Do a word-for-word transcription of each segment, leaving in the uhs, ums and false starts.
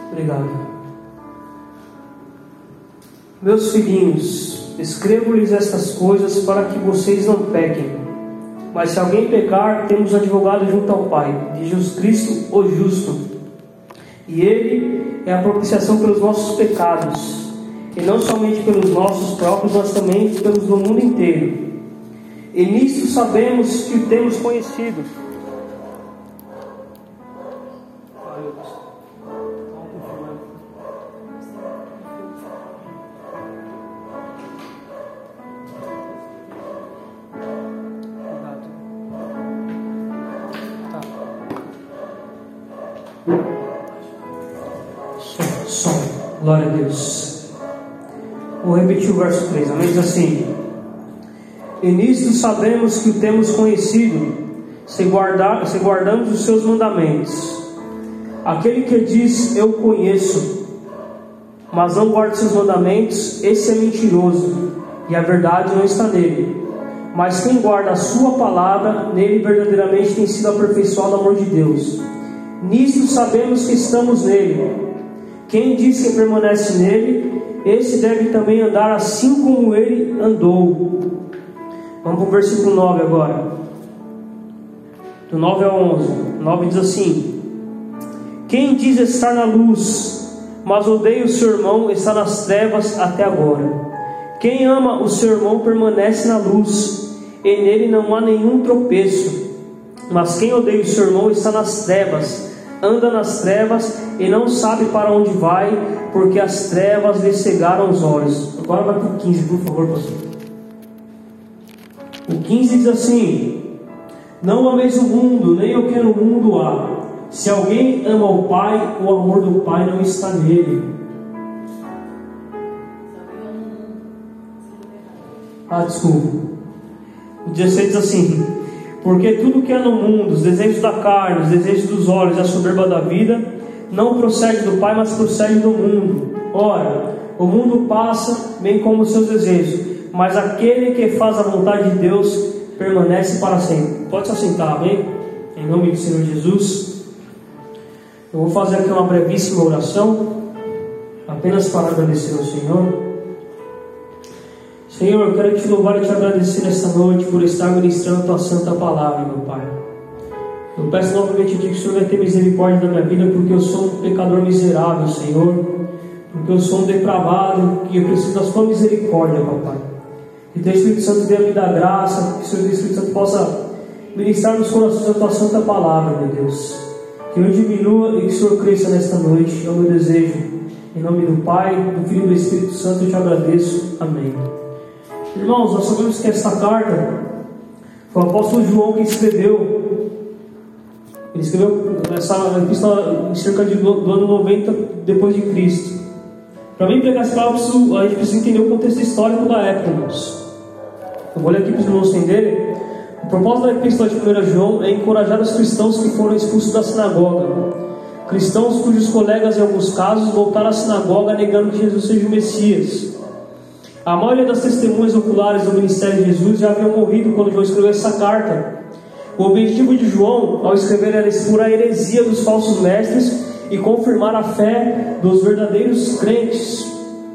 Obrigado. Meus filhinhos, escrevo-lhes estas coisas para que vocês não pequem. Mas se alguém pecar, temos advogado junto ao Pai, de Jesus Cristo, o justo. E Ele é a propiciação pelos nossos pecados, e não somente pelos nossos próprios, mas também pelos do mundo inteiro. E nisto sabemos que o temos conhecido. Glória a Deus. Vou repetir o verso três. Amém? Diz assim: e nisto sabemos que o temos conhecido, se, guardar, se guardamos os seus mandamentos. Aquele que diz eu conheço, mas não guarda os seus mandamentos, esse é mentiroso, e a verdade não está nele. Mas quem guarda a sua palavra, nele verdadeiramente tem sido aperfeiçoado o amor de Deus. Nisto sabemos que estamos nele. Quem diz que permanece nele, esse deve também andar assim como ele andou. Vamos para o versículo nove agora. Do nove ao onze. nove diz assim: quem diz estar na luz, mas odeia o seu irmão, está nas trevas até agora. Quem ama o seu irmão permanece na luz, e nele não há nenhum tropeço. Mas quem odeia o seu irmão está nas trevas, anda nas trevas e não sabe para onde vai, porque as trevas lhe cegaram os olhos. Agora vai para o quinze, por favor, pastor. O quinze diz assim: não ameis o mundo, nem o que no mundo há. Se alguém ama o Pai, o amor do Pai não está nele. Ah, desculpa. O dezesseis diz assim: porque tudo que há no mundo, os desejos da carne, os desejos dos olhos e a soberba da vida, não procede do Pai, mas procede do mundo. Ora, o mundo passa, bem como os seus desejos, mas aquele que faz a vontade de Deus permanece para sempre. Pode se assentar, amém? Em nome do Senhor Jesus. Eu vou fazer aqui uma brevíssima oração, apenas para agradecer ao Senhor. Senhor, eu quero te louvar e te agradecer nesta noite por estar ministrando a tua santa palavra, meu Pai. Eu peço novamente a ti que o Senhor vai ter misericórdia da minha vida, porque eu sou um pecador miserável, Senhor, porque eu sou um depravado, e eu preciso da sua misericórdia, papai. Que teu Espírito Santo venha me dar graça, que o Senhor Espírito Santo possa ministrar nos corações a tua santa palavra, meu Deus. Que eu diminua e que o Senhor cresça nesta noite, é o meu desejo. Em nome do Pai, do Filho e do Espírito Santo eu te agradeço. Amém. Irmãos, nós sabemos que esta carta foi o apóstolo João que escreveu. Ele escreveu essa epístola em cerca de, do, do ano noventa depois de Cristo. Para mim pregar essa palavra, a gente precisa entender o contexto histórico da época, irmãos. Eu vou ler aqui para os irmãos entenderem. O propósito da epístola de primeiro João é encorajar os cristãos que foram expulsos da sinagoga. Cristãos cujos colegas, em alguns casos, voltaram à sinagoga negando que Jesus seja o Messias. A maioria das testemunhas oculares do ministério de Jesus já haviam morrido quando João escreveu essa carta. O objetivo de João, ao escrever, era expor a heresia dos falsos mestres e confirmar a fé dos verdadeiros crentes.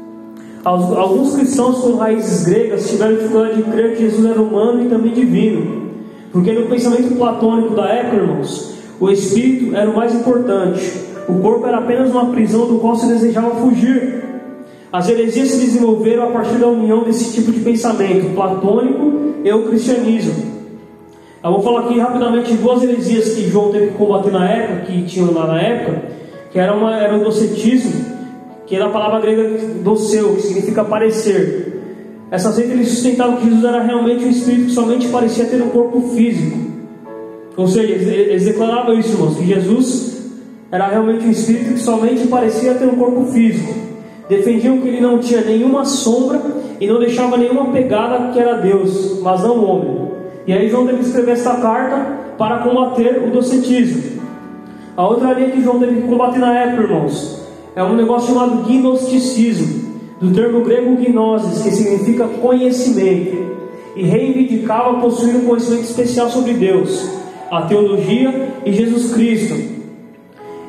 Alguns cristãos com raízes gregas tiveram dificuldade de crer que Jesus era humano e também divino, porque no pensamento platônico da época, irmãos, o espírito era o mais importante. O corpo era apenas uma prisão do qual se desejava fugir. As heresias se desenvolveram a partir da união desse tipo de pensamento platônico e o cristianismo. Eu vou falar aqui rapidamente de duas heresias que João teve que combater na época, que tinham lá na época, que era, uma, era o docetismo, que era a palavra grega doceu, que significa parecer. Essa seita eles sustentavam que Jesus era realmente um espírito que somente parecia ter um corpo físico. Ou seja, eles, eles declaravam isso, irmãos, que Jesus era realmente um espírito que somente parecia ter um corpo físico. Defendiam que ele não tinha nenhuma sombra e não deixava nenhuma pegada que era Deus, mas não o homem. E aí João teve que escrever esta carta para combater o docetismo. A outra linha que João teve que combater na época, irmãos, é um negócio chamado gnosticismo, do termo grego gnosis, que significa conhecimento, e reivindicava possuir um conhecimento especial sobre Deus, a teologia e Jesus Cristo.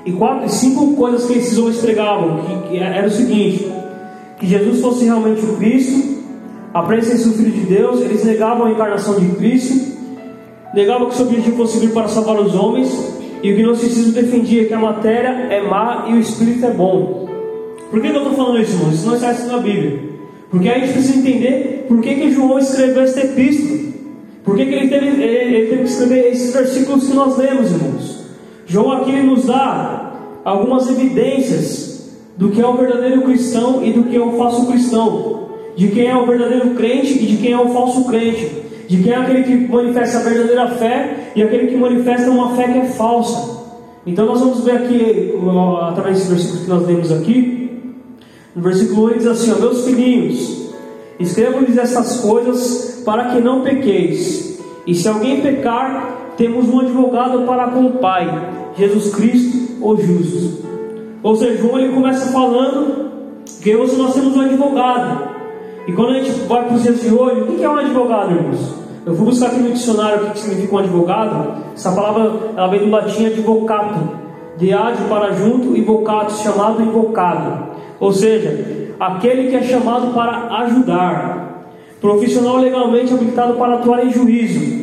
E quatro, cinco coisas que esses homens pregavam, que, que era o seguinte: que Jesus fosse realmente o Cristo, a presença do Filho de Deus. Eles negavam a encarnação de Cristo, negavam que o seu objetivo fosse vir para salvar os homens, e o gnosticismo defendia que a matéria é má e o espírito é bom. Por que eu estou falando isso, irmãos? Isso não está escrito na Bíblia. Porque a gente precisa entender por que, que João escreveu esta epístola. Por que, que ele, teve, ele, ele teve que escrever esses versículos que nós lemos, irmãos. João aqui nos dá algumas evidências do que é o verdadeiro cristão e do que é o falso cristão, de quem é o verdadeiro crente e de quem é o falso crente, de quem é aquele que manifesta a verdadeira fé e aquele que manifesta uma fé que é falsa. Então nós vamos ver aqui, através desse versículo que nós lemos aqui, no versículo um ele diz assim: ó, meus filhinhos, escrevo-lhes estas coisas para que não pequeis, e se alguém pecar, temos um advogado para com o Pai, Jesus Cristo, o justo. Ou seja, João ele começa falando que hoje nós temos um advogado. E quando a gente vai para os dias de hoje, o que é um advogado, irmãos? Eu fui buscar aqui no dicionário o que significa um advogado. Essa palavra ela vem do latim advocato, de ad para junto e vocatus, chamado invocado. Ou seja, aquele que é chamado para ajudar, profissional legalmente habilitado para atuar em juízo.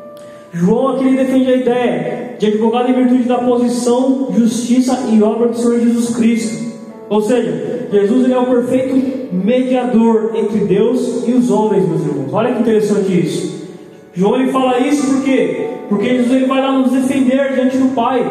João aqui ele defende a ideia de advogado em virtude da posição, justiça e obra do Senhor Jesus Cristo. Ou seja, Jesus ele é o perfeito mediador entre Deus e os homens, meus irmãos. Olha que interessante isso. João ele fala isso por quê? Porque Jesus ele vai lá nos defender diante do Pai.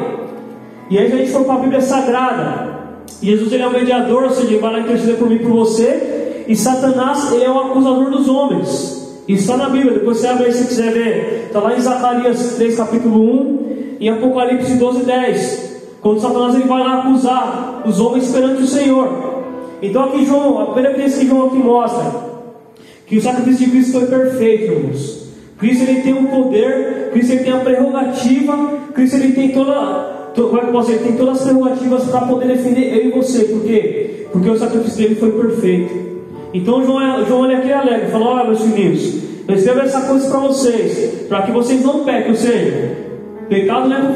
E aí, se a gente for para a Bíblia Sagrada, Jesus ele é o mediador, ou seja, ele vai lá interceder por mim e por você. E Satanás ele é o acusador dos homens. Isso está na Bíblia, depois você abre aí se você quiser ver. Está lá em Zacarias três, capítulo um, e em Apocalipse doze, dez. Quando Satanás ele vai lá acusar os homens perante o Senhor. Então aqui João, a primeira evidência que João aqui mostra que o sacrifício de Cristo foi perfeito, irmãos. Cristo ele tem o poder, Cristo ele tem a prerrogativa, Cristo ele tem toda, to, como é que eu posso dizer? Ele tem todas as prerrogativas para poder defender eu e você. Por quê? Porque o sacrifício dele foi perfeito. Então João, João olha aqui alegre e fala: olha, meus filhinhos, eu escrevo essa coisa para vocês, para que vocês não pequem. Ou seja, pecado leva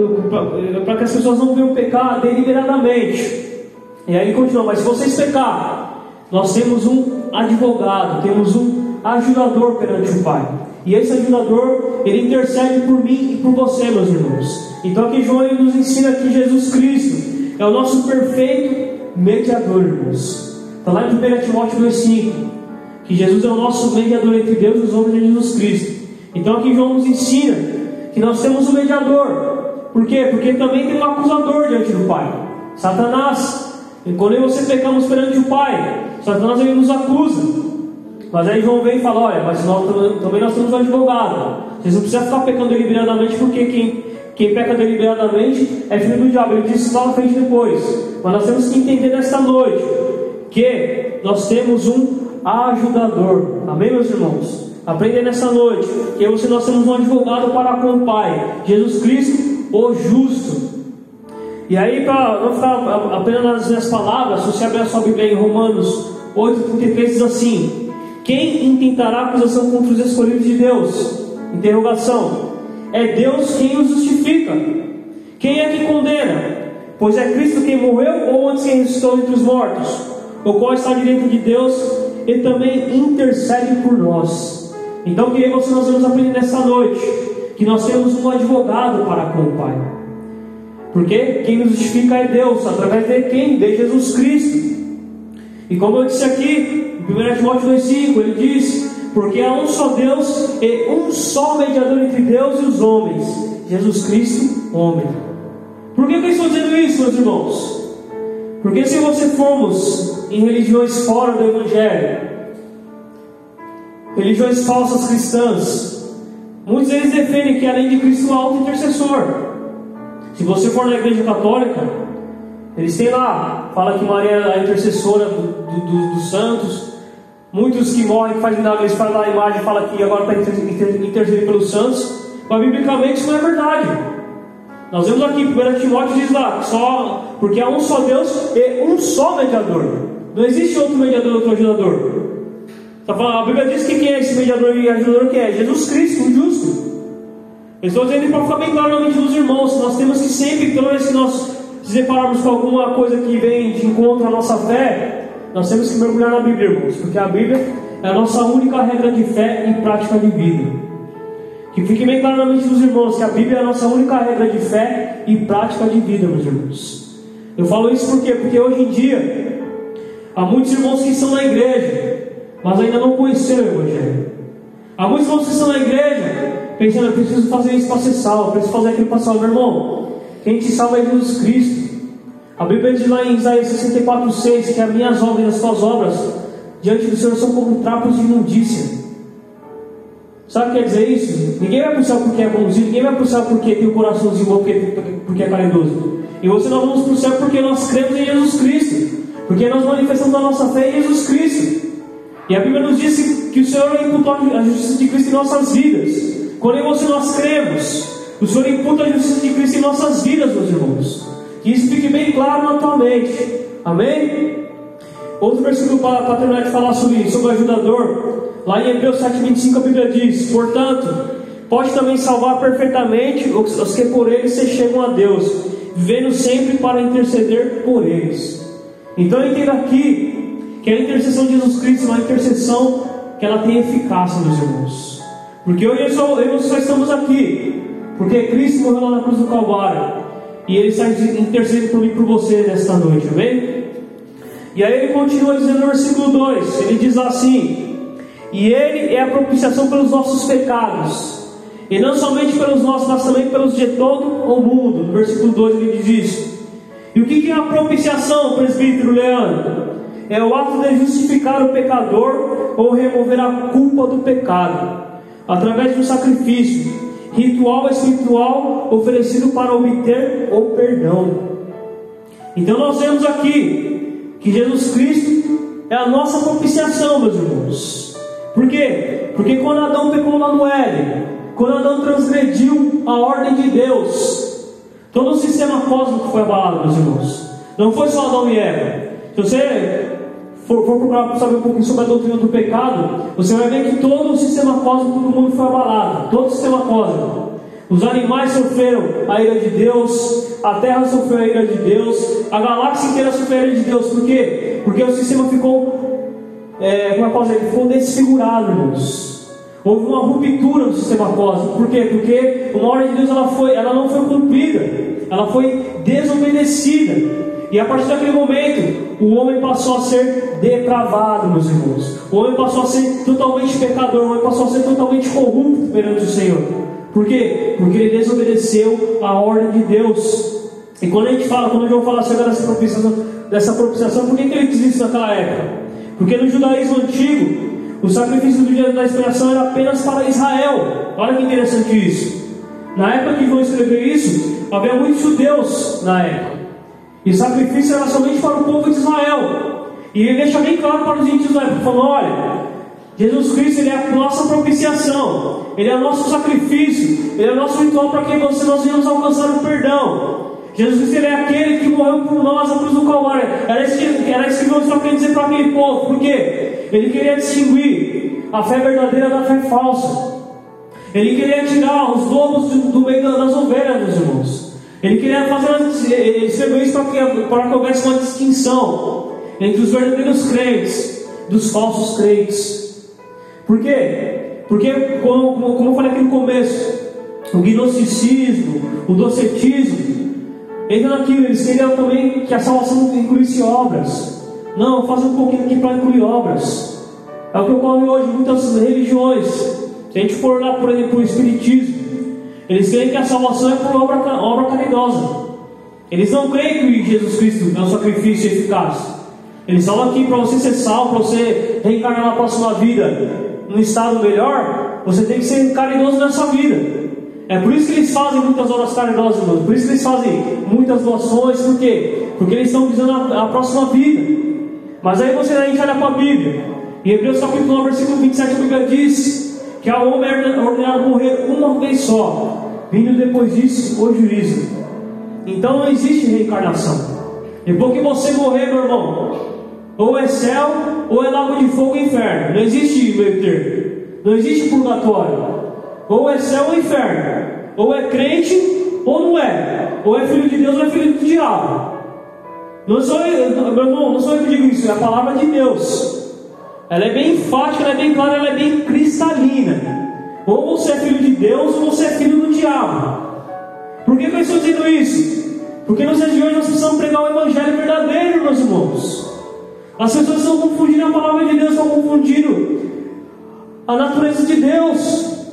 para que as pessoas não venham pecar deliberadamente. E aí ele continua: mas se vocês pecar, nós temos um advogado, temos um ajudador perante o Pai. E esse ajudador, ele intercede por mim e por você, meus irmãos. Então aqui João ele nos ensina que Jesus Cristo é o nosso perfeito mediador, irmãos. Está lá em primeira Timóteo dois, cinco, que Jesus é o nosso mediador entre Deus e os homens de Jesus Cristo. Então aqui João nos ensina que nós temos um mediador. Por quê? Porque também tem um acusador diante do Pai, Satanás. E quando eu e você pecamos perante o Pai, Satanás ele nos acusa. Mas aí João vem e fala: olha, mas nós, também nós temos um advogado. Vocês não precisam ficar pecando deliberadamente, porque quem, quem peca deliberadamente é filho do diabo. Ele disse lá na frente depois. Mas nós temos que entender nesta noite que nós temos um ajudador. Amém, meus irmãos? Aprender nessa noite que eu, nós temos um advogado para com o Pai, Jesus Cristo, o justo. E aí, para não ficar apenas nas minhas palavras, se você abrir a sua Bíblia em Romanos oito, trinta e três, diz assim: quem intentará acusação contra os escolhidos de Deus? Interrogação. É Deus quem os justifica. Quem é que condena? Pois é Cristo quem morreu, ou antes quem ressuscitou entre os mortos, o qual está direito de Deus e também intercede por nós. Então queria que nós vamos aprender nessa noite que nós temos um advogado para com o Pai. Porque quem nos justifica é Deus, através de quem? De Jesus Cristo. E como eu disse aqui em primeira Timóteo dois, cinco, ele diz: porque há um só Deus e um só mediador entre Deus e os homens, Jesus Cristo, homem. Por que eu estou dizendo isso, meus irmãos? Porque se você formos em religiões fora do Evangelho, religiões falsas cristãs, muitos deles defendem que além de Cristo há outro intercessor. Se você for na igreja católica, eles têm lá, fala que Maria é a intercessora do, do, dos santos. Muitos que morrem, que fazem milagres, eles falam lá a imagem, fala que agora está intercedendo pelos santos. Mas biblicamente isso não é verdade. Nós vemos aqui, primeira Timóteo diz lá, só, porque há um só Deus e um só mediador. Não existe outro mediador, outro ajudador. Tá falando, a Bíblia diz que quem é esse mediador e ajudador que é? Jesus Cristo, o justo. Eu estou dizendo para ficar bem claro na mente dos irmãos, nós temos que sempre, pelo menos que nós se depararmos com alguma coisa que vem de encontro à nossa fé, nós temos que mergulhar na Bíblia, irmãos, porque a Bíblia é a nossa única regra de fé e prática de vida. Que fique bem claro na mente dos irmãos que a Bíblia é a nossa única regra de fé e prática de vida, meus irmãos. Eu falo isso por quê? Porque hoje em dia há muitos irmãos que estão na igreja, mas ainda não conheceram o Evangelho. Há muitos irmãos que estão na igreja pensando, eu preciso fazer isso para ser salvo, eu preciso fazer aquilo para ser salvo. Meu irmão, quem te salva é Jesus Cristo. A Bíblia diz lá em Isaías sessenta e quatro, seis, que as minhas obras e as tuas obras diante do Senhor são como trapos de imundícia. Sabe o que quer dizer isso? Ninguém vai para o céu porque é bonzinho, ninguém vai para o céu porque tem o coraçãozinho bom, porque, porque é caridoso. E você nós vamos para o céu porque nós cremos em Jesus Cristo, porque nós manifestamos a nossa fé em Jesus Cristo. E a Bíblia nos diz que o Senhor imputou a justiça de Cristo em nossas vidas. Quando eu e você nós cremos, o Senhor imputa a justiça de Cristo em nossas vidas, meus irmãos. Que isso fique bem claro na tua mente. Amém? Outro versículo para, para terminar de falar sobre, sobre o ajudador. Lá em Hebreus sete, vinte e cinco a Bíblia diz: portanto, pode também salvar perfeitamente os que por eles se chegam a Deus, vivendo sempre para interceder por eles. Então entenda aqui que a intercessão de Jesus Cristo é uma intercessão que ela tem eficácia, meus irmãos. Porque hoje eu só, eu só estamos aqui porque Cristo morreu lá na cruz do Calvário, e Ele está intercedendo por mim e por você nesta noite, amém? E aí ele continua dizendo no versículo dois, ele diz assim: e Ele é a propiciação pelos nossos pecados, e não somente pelos nossos, mas também pelos de todo o mundo. No versículo dois ele diz isso. E o que é a propiciação, presbítero Leandro? É o ato de justificar o pecador ou remover a culpa do pecado, através de um sacrifício ritual espiritual oferecido para obter o perdão. Então nós vemos aqui que Jesus Cristo é a nossa propiciação, meus irmãos. Por quê? Porque quando Adão pecou lá no Éden, quando Adão transgrediu a ordem de Deus, todo o sistema cósmico foi abalado, meus irmãos. Não foi só Adão e Eva. Se você for, for procurar saber um pouquinho sobre a doutrina do pecado, você vai ver que todo o sistema cósmico do mundo foi abalado. Todo o sistema cósmico. Os animais sofreram a ira de Deus, a terra sofreu a ira de Deus, a galáxia inteira sofreu a ira de Deus. Por quê? Porque o sistema ficou, é, como é que eu posso dizer? Ficou desfigurado, irmãos. Houve uma ruptura no sistema cósmico. Por quê? Porque uma ordem de Deus ela, foi, ela não foi cumprida, ela foi desobedecida. E a partir daquele momento, o homem passou a ser depravado, meus irmãos. O homem passou a ser totalmente pecador, o homem passou a ser totalmente corrupto perante o Senhor. Por quê? Porque ele desobedeceu a ordem de Deus. E quando a gente fala, quando João fala acerca dessa propiciação, dessa propiciação, por que, que ele diz isso naquela época? Porque no judaísmo antigo, o sacrifício do dia da expiação era apenas para Israel. Olha que interessante isso. Na época que João escreveu isso, havia muitos judeus na época. E o sacrifício era somente para o povo de Israel. E ele deixa bem claro para os gentios da época, falando: olha, Jesus Cristo ele é a nossa propiciação, Ele é o nosso sacrifício, Ele é o nosso ritual para que você, nós venhamos alcançar o perdão. Jesus Cristo ele é aquele que morreu por nós na cruz do Calvário. Era isso que, era isso que Deus estava querendo dizer para aquele povo. Por quê? Ele queria distinguir a fé verdadeira da fé falsa. Ele queria tirar os lobos do, do meio das ovelhas, meus irmãos. Ele queria fazer, ele escreveu isso para que, para que houvesse uma distinção entre os verdadeiros crentes dos falsos crentes. Por quê? Porque, como, como eu falei aqui no começo, o gnosticismo, o docetismo, entra naquilo, eles queriam também que a salvação incluísse obras. Não, faz um pouquinho aqui para incluir obras. É o que ocorre hoje em muitas religiões. Se a gente for olhar, por exemplo, o Espiritismo, eles creem que a salvação é por obra, obra caridosa. Eles não creem que Jesus Cristo é um sacrifício eficaz. Eles falam aqui para você ser salvo, para você reencarnar na próxima vida num estado melhor, você tem que ser caridoso nessa vida. É por isso que eles fazem muitas obras caridosas, irmãos. Por isso que eles fazem muitas doações. Por quê? Porque eles estão visando a, a próxima vida. Mas aí você, a gente olha para a Bíblia. Em Hebreus capítulo nove, versículo vinte e sete, a Bíblia diz que ao homem é ordenado morrer uma vez só, vindo depois disso o juízo. Então não existe reencarnação. Depois que você morrer, meu irmão, ou é céu, ou é lago de fogo e inferno. Não existe meio termo. Não existe purgatório. Ou é céu ou inferno. Ou é crente, ou não é? Ou é filho de Deus ou é filho do diabo. Não sou eu, meu irmão, não sou eu que digo isso, é a palavra de Deus. Ela é bem enfática, ela é bem clara, ela é bem cristalina. Ou você é filho de Deus ou você é filho do diabo. Por que eu estou dizendo isso? Porque nos dias de hoje nós precisamos pregar o evangelho verdadeiro, meus irmãos. As pessoas estão confundindo a palavra de Deus, estão confundindo a natureza de Deus.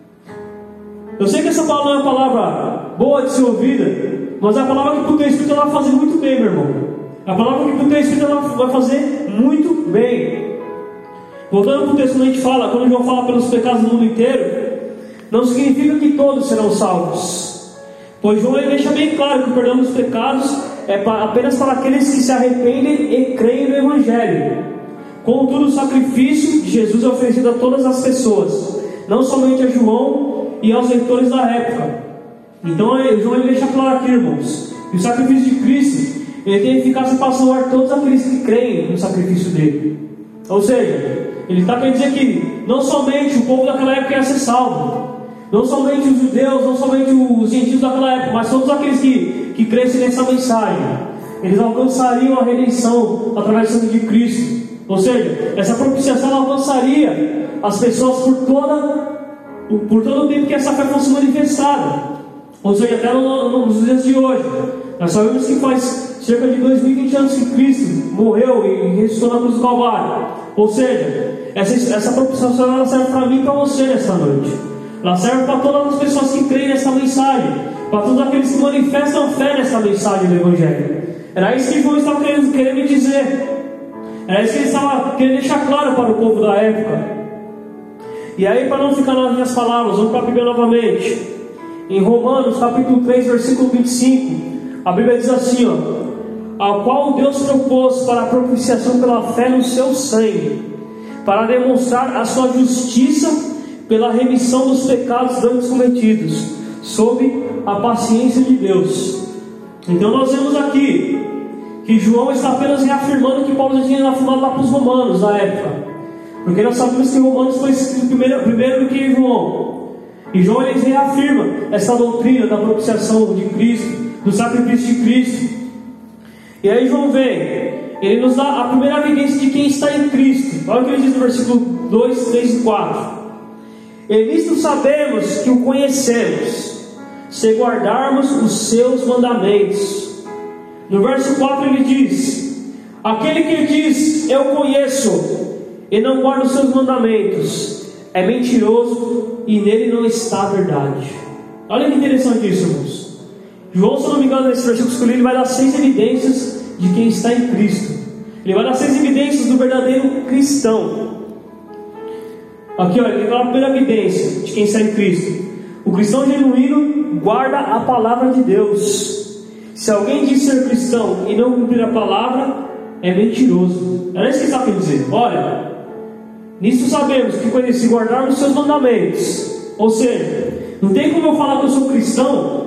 Eu sei que essa palavra é uma palavra boa de ser ouvida, mas é a palavra que o teu Espírito vai fazer muito bem, meu irmão. É a palavra que o teu Espírito vai fazer muito bem. Voltando para o texto, quando a gente fala, quando João fala pelos pecados do mundo inteiro, não significa que todos serão salvos. Pois João ele deixa bem claro que o perdão dos pecados é apenas para aqueles que se arrependem e creem no Evangelho. Contudo, o sacrifício de Jesus é oferecido a todas as pessoas, não somente a João e aos leitores da época. Então, João ele deixa claro aqui, irmãos, que o sacrifício de Cristo ele tem eficácia para salvar todos aqueles que creem no sacrifício dele. Ou seja, ele está querendo dizer que não somente o povo daquela época ia ser salvo, não somente os judeus, não somente os gentios daquela época, mas todos aqueles que, que crescem nessa mensagem, eles alcançariam a redenção através do sangue de Cristo. Ou seja, essa propiciação alcançaria as pessoas por, toda, por todo o tempo que essa fé fosse manifestada. Ou seja, até nos dias de hoje. Nós sabemos que faz cerca de dois mil e vinte anos que Cristo morreu e ressuscitou na cruz do Calvário. Ou seja, essa, essa propiciação ela serve para mim e para você nesta noite. Ela serve para todas as pessoas que creem nessa mensagem, para todos aqueles que manifestam fé nessa mensagem do Evangelho. Era isso que João estava querendo, querendo dizer. Era isso que ele estava querendo deixar claro para o povo da época. E aí, para não ficar nas minhas palavras, vamos para a Bíblia novamente. Em Romanos capítulo três, versículo vinte e cinco, a Bíblia diz assim, ó: ao qual Deus propôs para a propiciação pela fé no seu sangue, para demonstrar a sua justiça pela remissão dos pecados dantes cometidos, sob a paciência de Deus. Então nós vemos aqui que João está apenas reafirmando que Paulo já tinha afirmado lá para os romanos na época, porque nós sabemos que Romanos foi escrito primeiro, primeiro do que João. E João ele reafirma essa doutrina da propiciação de Cristo, do sacrifício de Cristo. E aí João vem, ele nos dá a primeira evidência de quem está em Cristo. Olha o que ele diz no versículo dois, três e quatro. E nisto sabemos que o conhecemos, se guardarmos os seus mandamentos. No verso quatro ele diz: aquele que diz eu conheço e não guarda os seus mandamentos é mentiroso e nele não está a verdade. Olha que interessante isso, irmãos. João, se não me engano, nesse versículo escolhido, ele vai dar seis evidências de quem está em Cristo. Ele vai dar seis evidências do verdadeiro cristão. Aqui, olha, ele dá a primeira evidência de quem está em Cristo. O cristão genuíno guarda a palavra de Deus. Se alguém diz ser cristão e não cumprir a palavra, é mentiroso. Era isso que ele está querendo dizer. Olha, nisso sabemos que se guardarmos os seus mandamentos, ou seja, não tem como eu falar que eu sou cristão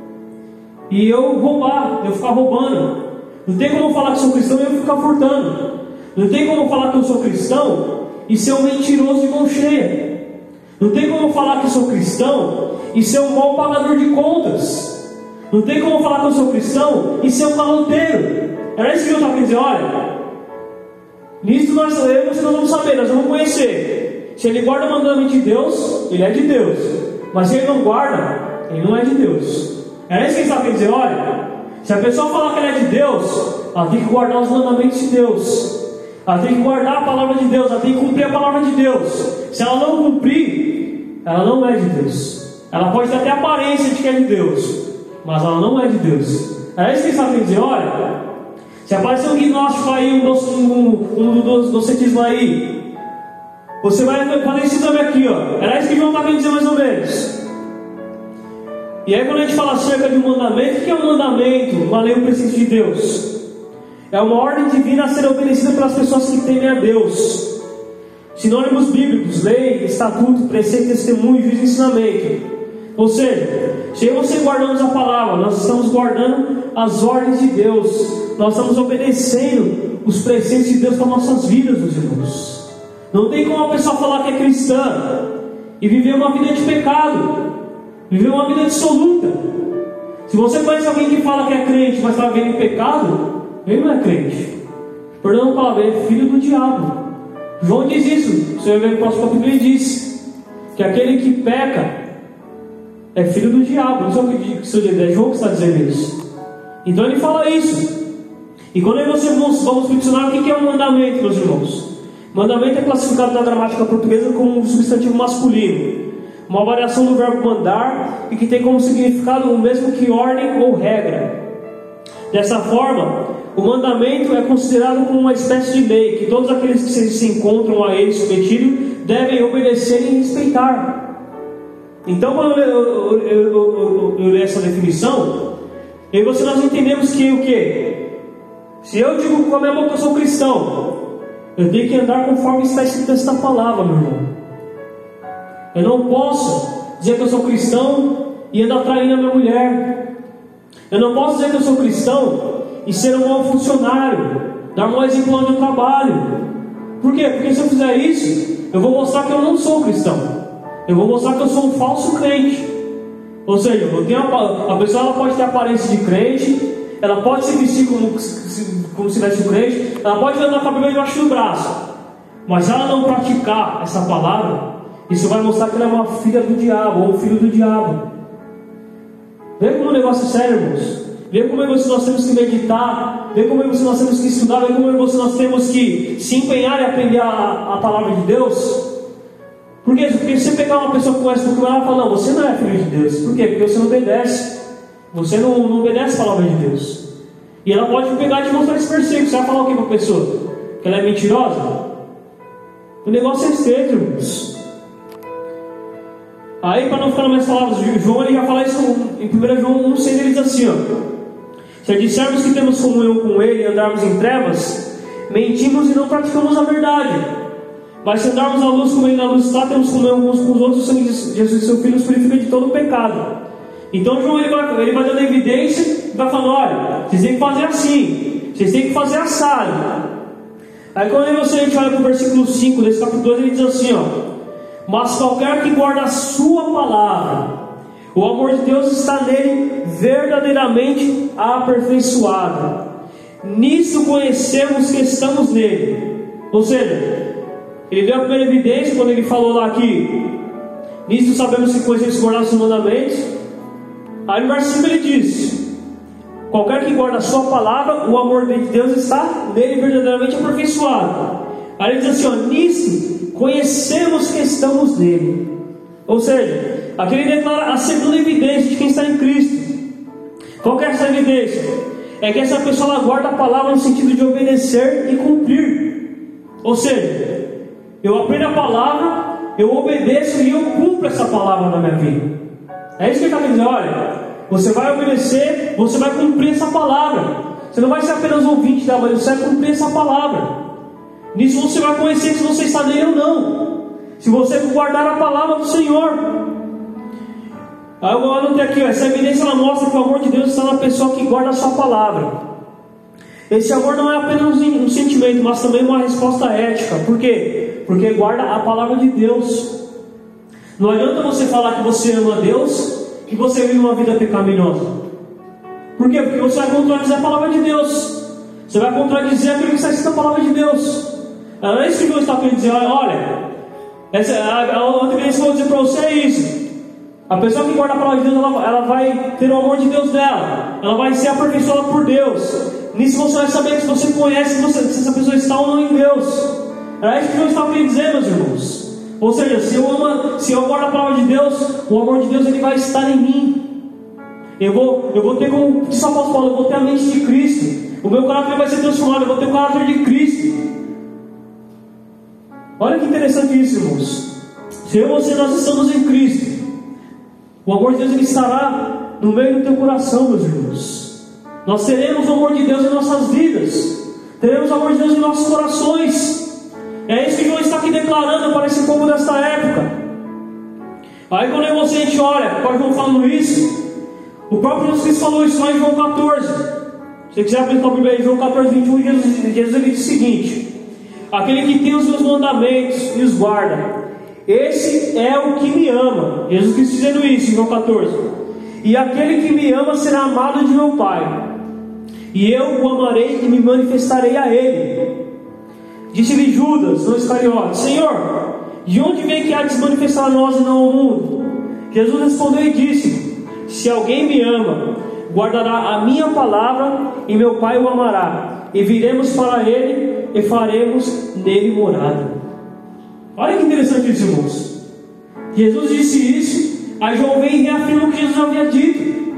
e eu roubar, eu ficar roubando. Não tem como eu falar que sou cristão e eu ficar furtando. Não tem como eu falar que eu sou cristão e ser um mentiroso de mão cheia. Não tem como eu falar que eu sou cristão e ser um mau pagador de contas. Não tem como eu falar que eu sou cristão e ser um caloteiro. Era isso que eu estava querendo dizer. Olha, nisso nós, eu e você não vamos saber, nós vamos conhecer. Se ele guarda o mandamento de Deus, ele é de Deus. Mas se ele não guarda, ele não é de Deus. Era isso que ele estava querendo dizer. Olha, se a pessoa falar que ela é de Deus, ela tem que guardar os mandamentos de Deus. Ela tem que guardar a palavra de Deus, ela tem que cumprir a palavra de Deus. Se ela não cumprir, ela não é de Deus. Ela pode ter até a aparência de que é de Deus, mas ela não é de Deus. Era isso que ele estava querendo dizer. Olha, se aparecer um gnóstico aí, um, um, um, um docetismo aí, você vai fazer esse exame aqui, ó. Era isso que João estava querendo dizer mais ou menos. E aí quando a gente fala acerca de um mandamento, o que é um mandamento? Uma lei, um preceito de Deus. É uma ordem divina a ser obedecida pelas pessoas que temem a Deus. Sinônimos bíblicos: lei, estatuto, preceito, testemunho, juízo e ensinamento. Ou seja, se eu e você guardamos a palavra, nós estamos guardando as ordens de Deus. Nós estamos obedecendo os preceitos de Deus para nossas vidas, meus irmãos. Não tem como a pessoa falar que é cristã e viver uma vida de pecado, viver uma vida dissoluta. Se você conhece alguém que fala que é crente, mas está vivendo em pecado, ele não é crente. Perdão a palavra, ele é filho do diabo. João diz isso. Você vai ver no próximo capítulo, ele diz que aquele que peca é filho do diabo. Não sei o que diz, é João que está dizendo isso. Então ele fala isso. E quando nós vamos, vamos mencionar o que é um mandamento, meus irmãos. Mandamento é classificado na gramática portuguesa como um substantivo masculino, uma variação do verbo mandar e que tem como significado o mesmo que ordem ou regra. Dessa forma, o mandamento é considerado como uma espécie de lei que todos aqueles que se encontram a ele submetidos devem obedecer e respeitar. Então, quando eu, eu, eu, eu, eu leio essa definição, e você nós entendemos que o que? Se eu digo com a minha boca que eu sou cristão, eu tenho que andar conforme está escrito nesta palavra, meu irmão. Eu não posso dizer que eu sou cristão e andar traindo a minha mulher. Eu não posso dizer que eu sou cristão e ser um mau funcionário, dar um mau exemplo onde eu trabalho. Por quê? Porque se eu fizer isso, eu vou mostrar que eu não sou cristão. Eu vou mostrar que eu sou um falso crente. Ou seja, eu tenho a, a pessoa ela pode ter aparência de crente, ela pode se vestir como, como se tivesse um crente, ela pode andar com a Bíblia debaixo do braço, mas se ela não praticar essa palavra, isso vai mostrar que ela é uma filha do diabo, ou um filho do diabo. Vê como o negócio é sério, irmãos. Vê como é que nós temos que meditar, vê como é que nós temos que estudar, vê como é que nós temos que se empenhar em aprender a, a palavra de Deus. Por quê? Porque se você pegar uma pessoa que conhece um pouco, ela fala, não, você não é filho de Deus. Por quê? Porque você não obedece. Você não, não obedece a palavra de Deus. E ela pode pegar e te mostrar esse versículo. Você vai falar o que para a pessoa? Que ela é mentirosa? O negócio é estreito, irmãos. Aí, para não ficar mais palavras, João ele já fala isso em primeiro João um seis, ele diz assim, ó: se dissermos que temos comunhão com ele e andarmos em trevas, mentimos e não praticamos a verdade. Mas se andarmos à luz como ele na luz está, temos comunhão uns com os outros, o sangue de Jesus e seu Filho nos purifica de todo o pecado. Então João ele vai, ele vai dando evidência e vai falando, olha, vocês têm que fazer assim, vocês têm que fazer assado. Aí quando você, a gente olha para o versículo cinco desse capítulo dois, ele diz assim, ó: mas qualquer que guarda a sua palavra, o amor de Deus está nele verdadeiramente aperfeiçoado. Nisso conhecemos que estamos nele. Ou seja, ele deu a primeira evidência quando ele falou lá que nisso sabemos que conhecemos guardar os seus mandamentos. Aí no verso cinco ele diz: qualquer que guarda a sua palavra, o amor de Deus está nele verdadeiramente aperfeiçoado. Aí ele diz assim, ó: nisso conhecemos que estamos nele. Ou seja, aqui ele declara a segunda evidência de quem está em Cristo. Qual que é essa evidência? É que essa pessoa ela guarda a palavra no sentido de obedecer e cumprir. Ou seja, eu aprendo a palavra, eu obedeço e eu cumpro essa palavra na minha vida. É isso que ele está dizendo, olha, você vai obedecer, você vai cumprir essa palavra. Você não vai ser apenas ouvinte dela, mas você vai cumprir essa palavra. Nisso você vai conhecer se você está nele ou não, se você guardar a palavra do Senhor. Aí eu anotei aqui, ó, essa evidência ela mostra que o amor de Deus está na pessoa que guarda a sua palavra. Esse amor não é apenas um sentimento, mas também uma resposta ética. Por quê? Porque guarda a palavra de Deus. Não adianta você falar que você ama Deus e você vive uma vida pecaminosa. Por quê? Porque você vai contradizer a palavra de Deus. Você vai contradizer aquilo que está escrito na palavra de Deus. É isso que Deus está querendo dizer. Olha, essa, a, a outra evidência que eu vou dizer para você é isso. A pessoa que guarda a palavra de Deus, ela, ela vai ter o amor de Deus dela. Ela vai ser aperfeiçoada por Deus. Nisso você vai saber se você conhece, se, você, se essa pessoa está ou não em Deus. É isso que Deus está querendo dizer, meus irmãos. Ou seja, se eu, amo, se eu guardo a palavra de Deus, o amor de Deus ele vai estar em mim. Eu vou, eu vou ter, como disse o apóstolo Paulo, eu vou ter a mente de Cristo. O meu caráter vai ser transformado, eu vou ter o caráter de Cristo. Olha que interessante isso, irmãos. Se eu e você nós estamos em Cristo, o amor de Deus ele estará no meio do teu coração, meus irmãos. Nós teremos o amor de Deus em nossas vidas, teremos o amor de Deus em nossos corações. É isso que João está aqui declarando para esse povo desta época. Aí quando eu e você a gente olha para João falando isso, o próprio Jesus Cristo falou isso lá em João catorze. Se você quiser abrir a Bíblia aí, João catorze, vinte e um, Jesus, Jesus ele diz o seguinte: aquele que tem os meus mandamentos e os guarda, esse é o que me ama. Jesus Cristo dizendo isso em João catorze. E aquele que me ama será amado de meu Pai, e eu o amarei e me manifestarei a ele. Disse-lhe Judas, não Iscariote: Senhor, de onde vem que há de se manifestar a nós e não ao mundo? Jesus respondeu e disse: Se alguém me ama, guardará a minha palavra, e meu Pai o amará, e viremos para ele e faremos nele morada. Olha que interessante isso, irmãos. Jesus disse isso, aí João vem e reafirma o que Jesus havia dito.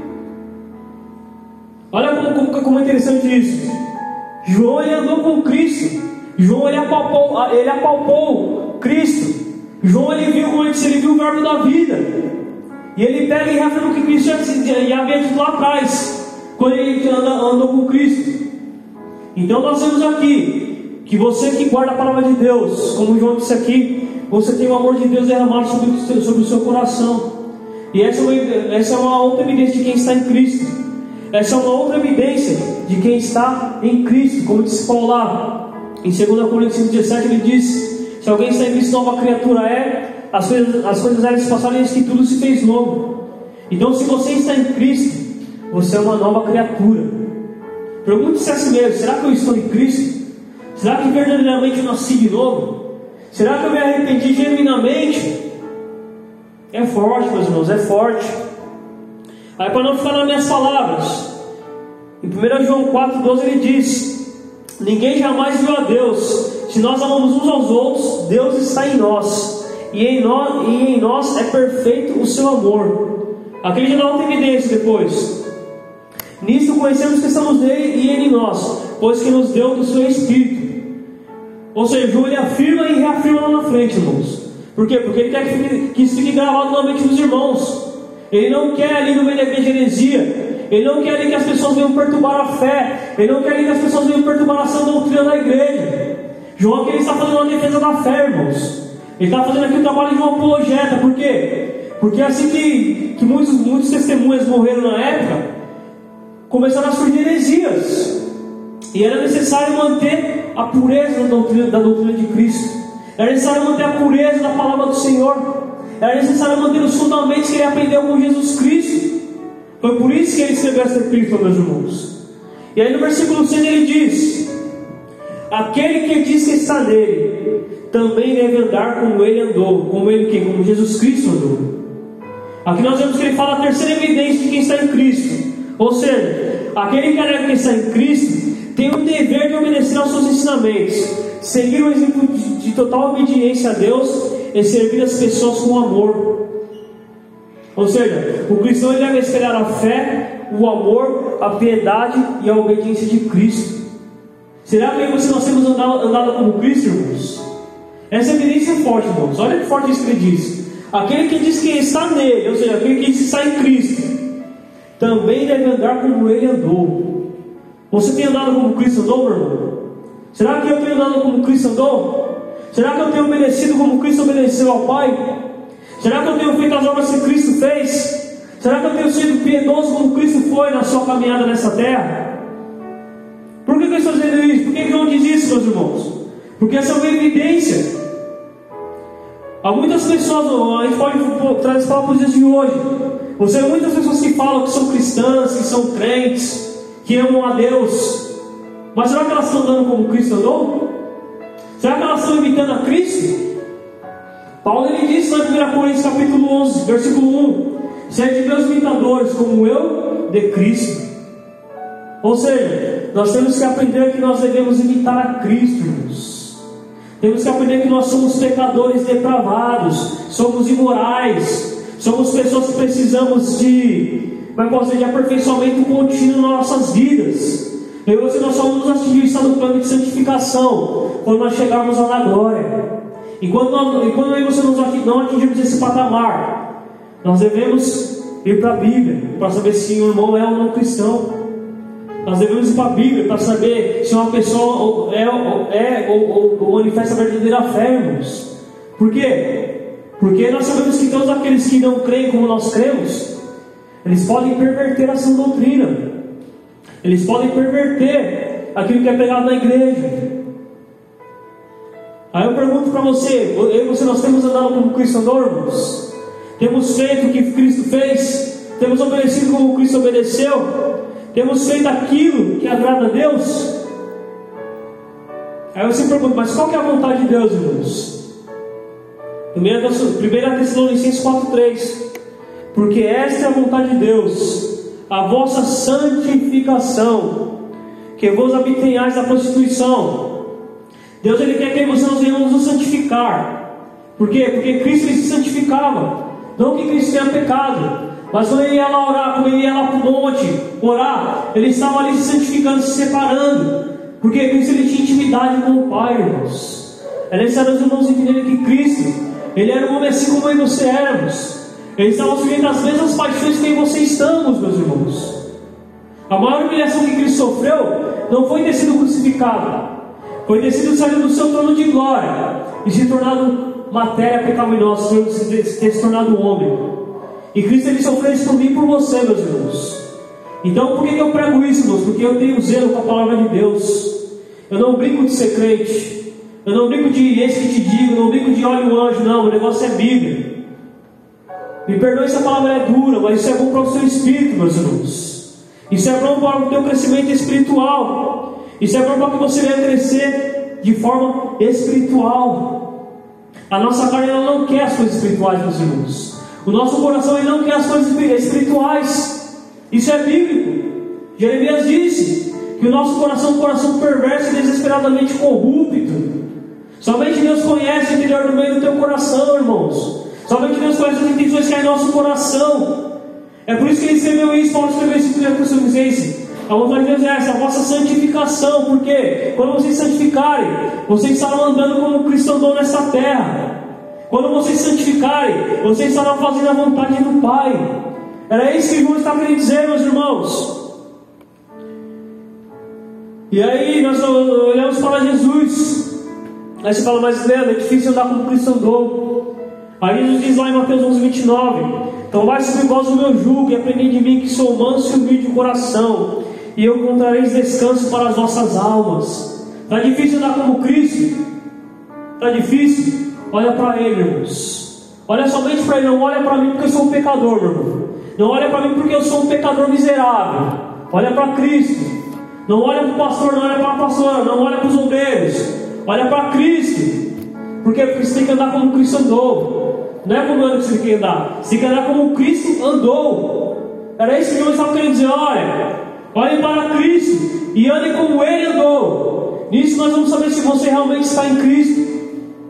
Olha como, como, como é interessante isso. João, ele andou com Cristo. João, ele apalpou, ele apalpou Cristo. João, ele viu, como ele disse, ele viu o verbo da vida. E ele pega e reafirma o que Cristo já havia dito lá atrás, quando ele andou, andou com Cristo. Então nós vemos aqui que você que guarda a palavra de Deus, como João disse aqui, você tem o amor de Deus derramado sobre, sobre o seu coração. E essa é, uma, essa é uma outra evidência de quem está em Cristo. Essa é uma outra evidência de quem está em Cristo. Como disse Paulo lá em dois Coríntios cinco, dezessete, ele diz: se alguém está em Cristo, nova criatura é, as coisas, as coisas eram se passaram, e que tudo se fez novo. Então, se você está em Cristo, você é uma nova criatura. Pergunte-se a si mesmo: será que eu estou em Cristo? Será que verdadeiramente eu nasci de novo? Será que eu me arrependi genuinamente? É forte, meus irmãos, é forte. Aí, para não ficar nas minhas palavras, em primeiro João quatro, doze, ele diz: ninguém jamais viu a Deus. Se nós amamos uns aos outros, Deus está em nós, e em nós, e em nós é perfeito o seu amor. Aqui ele dá outra evidência depois: nisto conhecemos que estamos nele e ele em nós, pois que nos deu do seu Espírito. Ou seja, João, ele afirma e reafirma lá na frente, irmãos. Por quê? Porque ele quer que, fique, que isso fique gravado na mente dos irmãos. Ele não quer ali no meio da igreja heresia. Ele não quer ali que as pessoas venham perturbar a fé. Ele não quer ali que as pessoas venham perturbar a sã doutrina da igreja. João aqui, ele está fazendo uma defesa da fé, irmãos. Ele está fazendo aqui o trabalho de um apologeta. Por quê? Porque assim que, que muitos, muitos testemunhas morreram na época, começaram a surgir heresias. E era necessário manter a pureza da doutrina, da doutrina de Cristo. Era necessário manter a pureza da palavra do Senhor. Era necessário manter os fundamentos que ele aprendeu com Jesus Cristo. Foi por isso que ele escreveu essa epístola, meus irmãos. E aí no versículo seis ele diz: aquele que diz que está nele, também deve andar como ele andou. Como ele que? Como Jesus Cristo andou. Aqui nós vemos que ele fala a terceira evidência de quem está em Cristo. Ou seja, aquele que está em Cristo tem o dever de obedecer aos seus ensinamentos, seguir o exemplo de, de total obediência a Deus e servir as pessoas com amor. Ou seja, o cristão ele deve espelhar a fé, o amor, a piedade e a obediência de Cristo. Será que você nós temos andado, andado como Cristo, irmãos? Essa evidência é forte, irmãos. Olha que forte isso que ele diz: aquele que diz que está nele, ou seja, aquele que diz que está em Cristo, também deve andar como ele andou. Você tem andado como Cristo andou, meu irmão? Será que eu tenho andado como Cristo andou? Será que eu tenho obedecido como Cristo obedeceu ao Pai? Será que eu tenho feito as obras que Cristo fez? Será que eu tenho sido piedoso como Cristo foi na sua caminhada nessa terra? Por que eu estou dizendo isso? Por que João diz isso, meus irmãos? Porque essa é uma evidência. Há muitas pessoas, a gente pode trazer para os dias de hoje. Você vê muitas pessoas que falam que são cristãs, que são crentes, que amam a Deus, mas será que elas estão andando como Cristo andou? Será que elas estão imitando a Cristo? Paulo ele disse lá em primeiro Coríntios capítulo onze, versículo um: sede meus imitadores, como eu de Cristo. Ou seja, nós temos que aprender que nós devemos imitar a Cristo, irmãos. Temos que aprender que nós somos pecadores depravados, somos imorais, somos pessoas que precisamos de Mas possa de aperfeiçoamento contínuo nas nossas vidas. Eu e você, nós só vamos atingir o estado plano de santificação quando nós chegarmos lá na glória. E quando, nós, e quando eu e você não atingirmos esse patamar, nós devemos ir para a Bíblia para saber se o irmão é ou não cristão. Nós devemos ir para a Bíblia para saber se uma pessoa é, é ou, ou, ou manifesta a verdadeira fé, irmãos. Por quê? Porque nós sabemos que todos aqueles que não creem como nós cremos, eles podem perverter a sã doutrina. Eles podem perverter aquilo que é pregado na igreja. Aí eu pergunto para você: eu e você, nós temos andado como Cristo andou, irmãos? Temos feito o que Cristo fez? Temos obedecido como Cristo obedeceu? Temos feito aquilo que agrada a Deus? Aí você pergunta, mas qual que é a vontade de Deus, irmãos? primeira Tessalonicenses quatro, três. Porque esta é a vontade de Deus, a vossa santificação, que vos abstenhais da prostituição. Deus, Ele quer que nós venhamos nos santificar. Por quê? Porque Cristo, Ele se santificava. Não que Cristo tenha pecado, mas quando Ele ia lá orar, quando Ele ia lá para o monte orar, Ele estava ali se santificando, se separando. Porque Cristo, Ele tinha intimidade com o Pai, irmãos. É necessário os irmãos entenderem que Cristo, Ele era um homem assim como eu e você éramos. Ele estava sujeito às mesmas paixões que em você estamos, meus irmãos. A maior humilhação que Cristo sofreu não foi ter sido crucificado, foi ter sido saído do seu trono de glória e se tornado matéria pecaminosa, ter se tornado homem. E Cristo, Ele sofreu isso por mim e por você, meus irmãos. Então por que eu prego isso, irmãos? Porque eu tenho zelo com a palavra de Deus. Eu não brinco de ser crente, eu não brinco de esse que te digo, eu não brinco de olha o anjo, não. O negócio é Bíblia. Me perdoe se a palavra é dura, mas isso é bom para o seu espírito, meus irmãos. Isso é bom para o teu crescimento espiritual. Isso é bom para que você venha crescer de forma espiritual. A nossa carne, ela não quer as coisas espirituais, meus irmãos. O nosso coração, ele não quer as coisas espirituais. Isso é bíblico. Jeremias disse que o nosso coração é um coração perverso e desesperadamente corrupto. Somente Deus conhece o interior do meio do teu coração, irmãos. Somente Deus conhece as intenções que há em nosso coração. É por isso que Ele escreveu isso. Paulo escreveu isso em primeira Tessalonicenses. A vontade de Deus é essa, a vossa santificação. Porque quando vocês santificarem, vocês estarão andando como Cristo andou nessa terra. Quando vocês santificarem, vocês estarão fazendo a vontade do Pai. Era isso que o irmão está querendo dizer, meus irmãos. E aí nós olhamos para Jesus. Aí você fala, mas Leandro, é difícil andar como Cristo andou. Aí Jesus diz lá em Mateus onze, vinte e nove: então vai sobre vós o meu jugo e aprendei de mim, que sou manso e humilde de coração, e eu encontrareis descanso para as vossas almas. Está difícil andar como Cristo? Está difícil? Olha para Ele, irmãos. Olha somente para Ele, não olha para mim porque eu sou um pecador, meu irmão. Não olha para mim porque eu sou um pecador miserável. Olha para Cristo. Não olha para o pastor, não olha para a pastora, não olha para os obreiros. Olha para Cristo. Por quê? Porque você tem que andar como Cristo andou. Não é como eu que você tem que andar. Você tem que andar como Cristo andou. Era isso que eu estava querendo dizer. Olha, olhem para Cristo e andem como Ele andou. Nisso nós vamos saber se você realmente está em Cristo.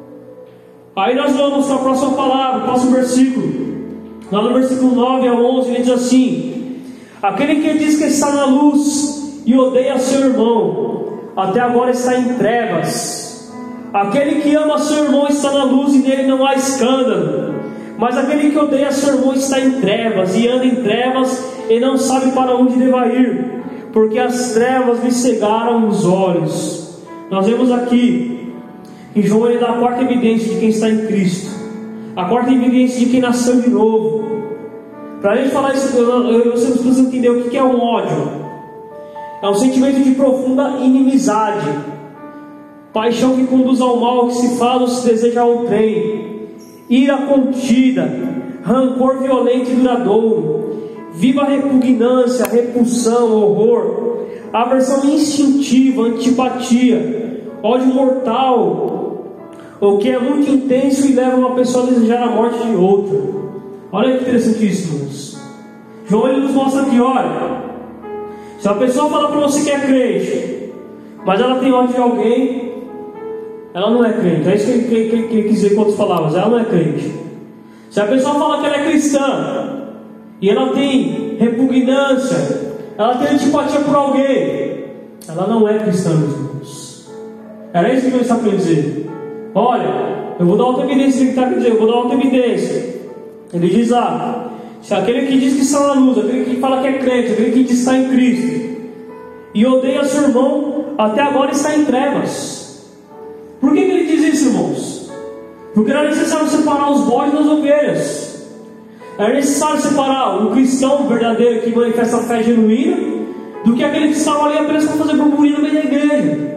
Aí nós vamos para a próxima palavra, o próximo versículo. Lá no versículo nove a onze, ele diz assim: aquele que diz que está na luz e odeia seu irmão, até agora está em trevas. Aquele que ama seu irmão está na luz e nele não há escândalo. Mas aquele que odeia seu irmão está em trevas e anda em trevas e não sabe para onde deva ir, porque as trevas lhe cegaram os olhos. Nós vemos aqui que João, ele dá a quarta evidência de quem está em Cristo, a quarta evidência de quem nasceu de novo. Para a gente falar isso, você precisa entender o que é um ódio. É um sentimento de profunda inimizade, paixão que conduz ao mal, que se fala ou se deseja ao trem, ira contida, rancor violento e duradouro, viva repugnância, repulsão, horror, aversão instintiva, antipatia, ódio mortal, o que é muito intenso e leva uma pessoa a desejar a morte de outra. Olha que interessante isso, irmãos. João, ele nos mostra aqui, olha, se a pessoa fala para você que é crente, mas ela tem ódio de alguém, ela não é crente. É isso que ele, que, que, que ele quis dizer com outras palavras. Ela não é crente. Se a pessoa fala que ela é cristã e ela tem repugnância, ela tem antipatia por alguém, ela não é cristã, meus irmãos. Era isso que ele está querendo dizer. Olha, eu vou dar outra evidência que ele está querendo dizer. Eu vou dar outra evidência. Ele diz lá: se aquele que diz que está na luz, aquele que fala que é crente, aquele que diz que está em Cristo e odeia seu irmão, até agora está em trevas. Por que, que ele diz isso, irmãos? Porque era necessário separar os bodes das ovelhas. Era necessário separar o cristão verdadeiro que manifesta a fé genuína do que aquele que estava ali apenas para fazer burburinho no meio da igreja.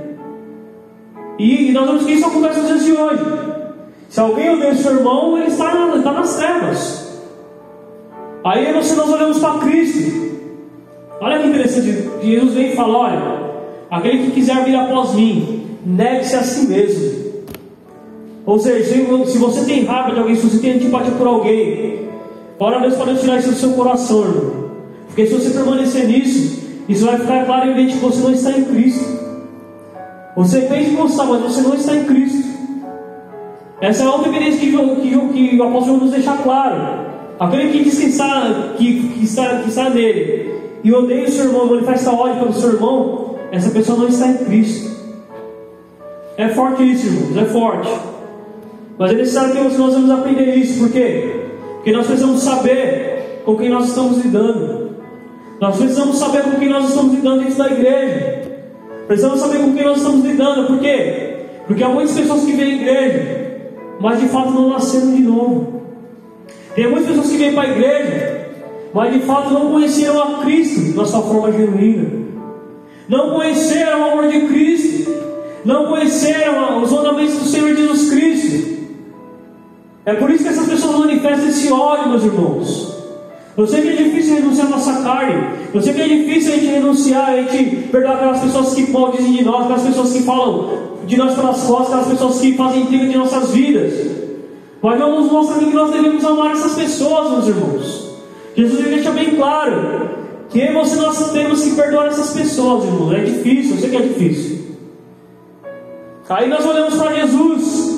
E, e nós vemos que isso acontece nos dias de hoje. Se alguém odeia seu irmão, ele está, na, está nas trevas. Aí você, nós olhamos para Cristo. Olha que interessante, Jesus vem e fala: olha, aquele que quiser vir após mim, negue-se a si mesmo. Ou seja, se você tem raiva de alguém, se você tem antipatia por alguém, ora a Deus para Deus tirar isso do seu coração, irmão. Porque se você permanecer nisso, isso vai ficar claro e evidente que você não está em Cristo. Você pensa que você está, mas você não está em Cristo. Essa é a outra evidência que, que, que o apóstolo nos deixa claro. Aquele que diz que está, que, que está, que está nele e odeia o seu irmão, manifesta ódio pelo seu irmão, essa pessoa não está em Cristo. É forte isso, irmãos, é forte. Mas é necessário que nós vamos aprender isso. Por quê? Porque nós precisamos saber com quem nós estamos lidando. Nós precisamos saber com quem nós estamos lidando dentro da igreja. Precisamos saber com quem nós estamos lidando. Por quê? Porque há muitas pessoas que vêm à igreja, mas de fato não nasceram de novo. Tem muitas pessoas que vêm para a igreja, mas de fato não conheceram a Cristo na sua forma genuína. Não conheceram o amor de Cristo. Não conheceram os mandamentos do Senhor Jesus Cristo. É por isso que essas pessoas manifestam esse ódio, meus irmãos. Eu sei que é difícil renunciar a nossa carne. Eu sei que é difícil a gente renunciar, a gente perdoar aquelas pessoas que maldizem de nós, aquelas pessoas que falam de nós pelas costas, aquelas pessoas que fazem intriga de nossas vidas. Mas Deus nos mostra que nós devemos amar essas pessoas, meus irmãos. Jesus deixa bem claro que eu e você nós temos que perdoar essas pessoas, irmãos. É difícil, eu sei que é difícil. Aí nós olhamos para Jesus.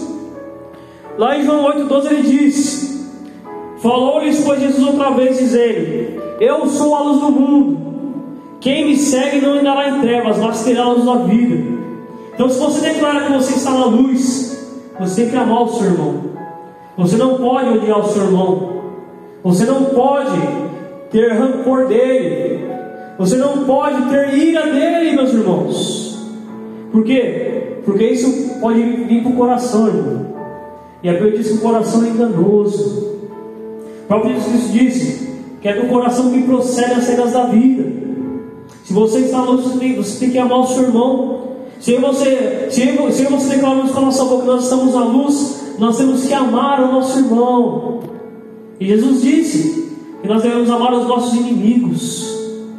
Lá em João oito, doze ele diz: falou-lhes, pois, Jesus outra vez, dizendo: eu sou a luz do mundo. Quem me segue não andará em trevas, mas terá a luz da vida. Então, se você declara que você está na luz, você tem que amar o seu irmão. Você não pode odiar o seu irmão. Você não pode ter rancor dele. Você não pode ter ira dele, meus irmãos. Por quê? Porque isso pode vir para o coração, irmão. E a Bíblia diz que o coração é enganoso. O próprio Jesus Cristo disse que é do coração que procede as saídas da vida. Se você está na luz, você tem, você tem que amar o seu irmão. Se você, se, se você declaramos com a nossa boca que nós estamos na luz, nós temos que amar o nosso irmão. E Jesus disse que nós devemos amar os nossos inimigos.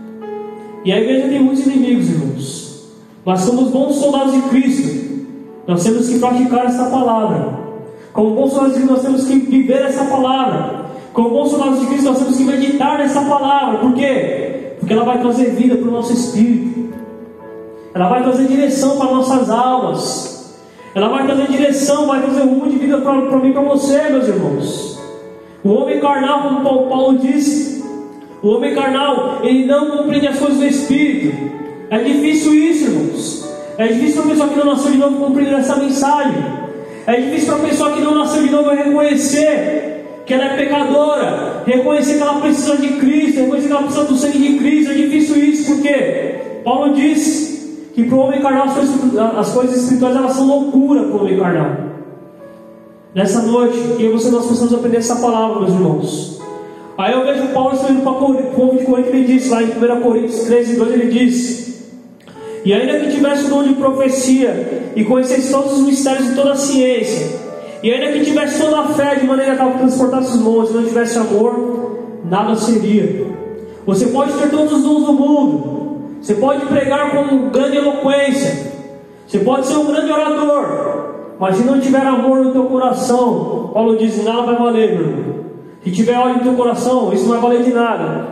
E a igreja tem muitos inimigos, irmãos. Mas somos bons soldados de Cristo. Nós temos que praticar essa palavra. Como bons soldados de Cristo, nós temos que viver essa palavra. Como bons soldados de Cristo, nós temos que meditar nessa palavra. Por quê? Porque ela vai trazer vida para o nosso espírito. Ela vai trazer direção para nossas almas. Ela vai trazer direção, vai trazer rumo de vida para mim e para você, meus irmãos. O homem carnal, como Paulo, Paulo disse, o homem carnal, ele não compreende as coisas do Espírito. É difícil isso, irmãos. É difícil para a pessoa que não nasceu de novo compreender essa mensagem. É difícil para a pessoa que não nasceu de novo reconhecer que ela é pecadora, reconhecer que ela precisa de Cristo, reconhecer que ela precisa do sangue de Cristo. É difícil isso, porque Paulo diz que para o homem carnal as coisas, as coisas espirituais elas são loucura para o homem carnal. Nessa noite, eu e você nós precisamos aprender essa palavra, meus irmãos. Aí eu vejo Paulo escrevendo para o povo de Corinto, ele diz lá em primeira Coríntios treze, dois, ele diz: e ainda que tivesse o dom de profecia e conhecesse todos os mistérios e toda a ciência, e ainda que tivesse toda a fé de maneira tal que transportasse os montes e não tivesse amor, nada seria. Você pode ter todos os dons do mundo, você pode pregar com grande eloquência, você pode ser um grande orador, mas se não tiver amor no teu coração, Paulo diz, nada vai valer, meu irmão. Se tiver ódio no teu coração, isso não vai valer de nada.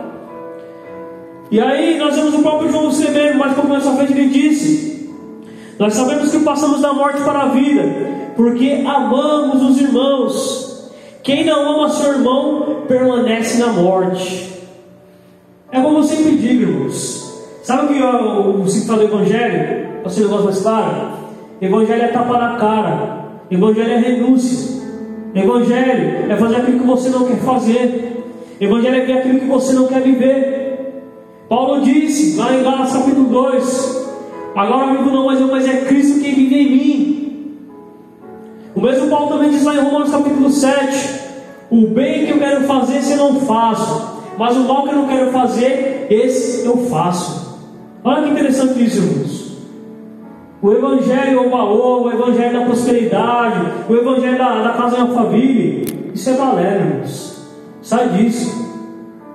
E aí nós vemos o próprio João escrevendo, mas como mais à frente ele disse: nós sabemos que passamos da morte para a vida, porque amamos os irmãos. Quem não ama seu irmão, permanece na morte. É como eu sempre digo, irmãos. Sabe o que o, o significado do Evangelho? Você não gosta mais claro? Evangelho é tapa na cara. Evangelho é renúncia. Evangelho é fazer aquilo que você não quer fazer. Evangelho é ver aquilo que você não quer viver. Paulo disse lá em Gálatas capítulo dois: agora vivo não mais eu, mas é Cristo quem vive em mim. O mesmo Paulo também diz lá em Romanos capítulo sete: o bem que eu quero fazer, esse eu não faço, mas o mal que eu não quero fazer, esse eu faço. Olha que interessante isso, irmãos. O Evangelho é o valor, o Evangelho da prosperidade, o Evangelho da, da casa e da família, isso é galera, irmãos. Sai disso.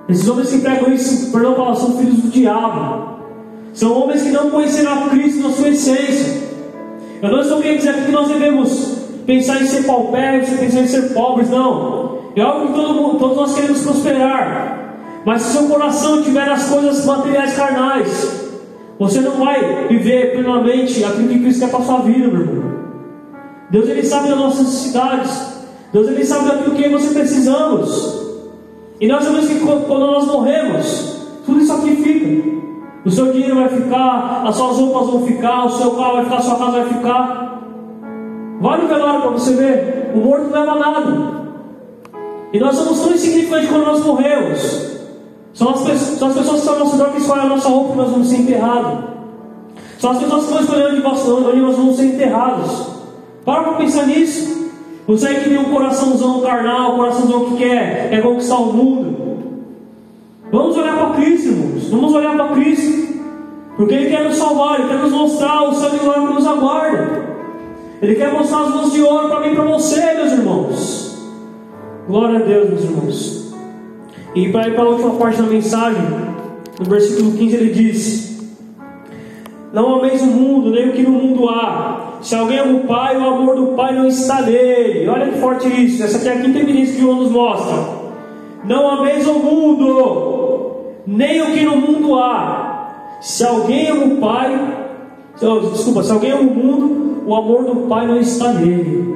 Esses homens que pregam isso, perdão, falar, são filhos do diabo. São homens que não conheceram a Cristo na sua essência. Eu não estou querendo dizer aqui que nós devemos pensar em ser paupérrimos, pensar em ser pobres, não. É algo que todo mundo, todos nós queremos prosperar. Mas se seu coração tiver as coisas materiais carnais, você não vai viver plenamente aquilo que Cristo quer para a sua vida, meu irmão. Deus, Ele sabe das nossas necessidades. Deus, Ele sabe daquilo que você precisamos. E nós sabemos que quando nós morremos, tudo isso aqui fica. O seu dinheiro vai ficar, as suas roupas vão ficar, o seu carro vai ficar, a sua casa vai ficar. Vai no velório para você ver. O morto não leva nada. E nós somos tão insignificantes quando nós morremos. São as, pessoas, são as pessoas que estão ao nosso redor que escolhem a nossa roupa que nós vamos ser enterrados. São as pessoas que vão escolher onde nós vamos ser enterrados. Para para pensar nisso. Você aí que tem um coraçãozão carnal, um coraçãozão que quer, quer conquistar o mundo. Vamos olhar para Cristo, irmãos. Vamos olhar para Cristo. Porque Ele quer nos salvar, Ele quer nos mostrar o céu de glória que nos aguarda. Ele quer mostrar as mãos de ouro para mim e para você, meus irmãos. Glória a Deus, meus irmãos. E para ir para a última parte da mensagem, no versículo quinze ele diz: não ameis o mundo, nem o que no mundo há. Se alguém ama o Pai, o amor do Pai não está nele. Olha que forte isso. Essa aqui é a quinta evidência que João nos mostra. Não ameis o mundo, nem o que no mundo há. Se alguém ama o Pai, desculpa, se alguém ama o mundo, o amor do Pai não está nele.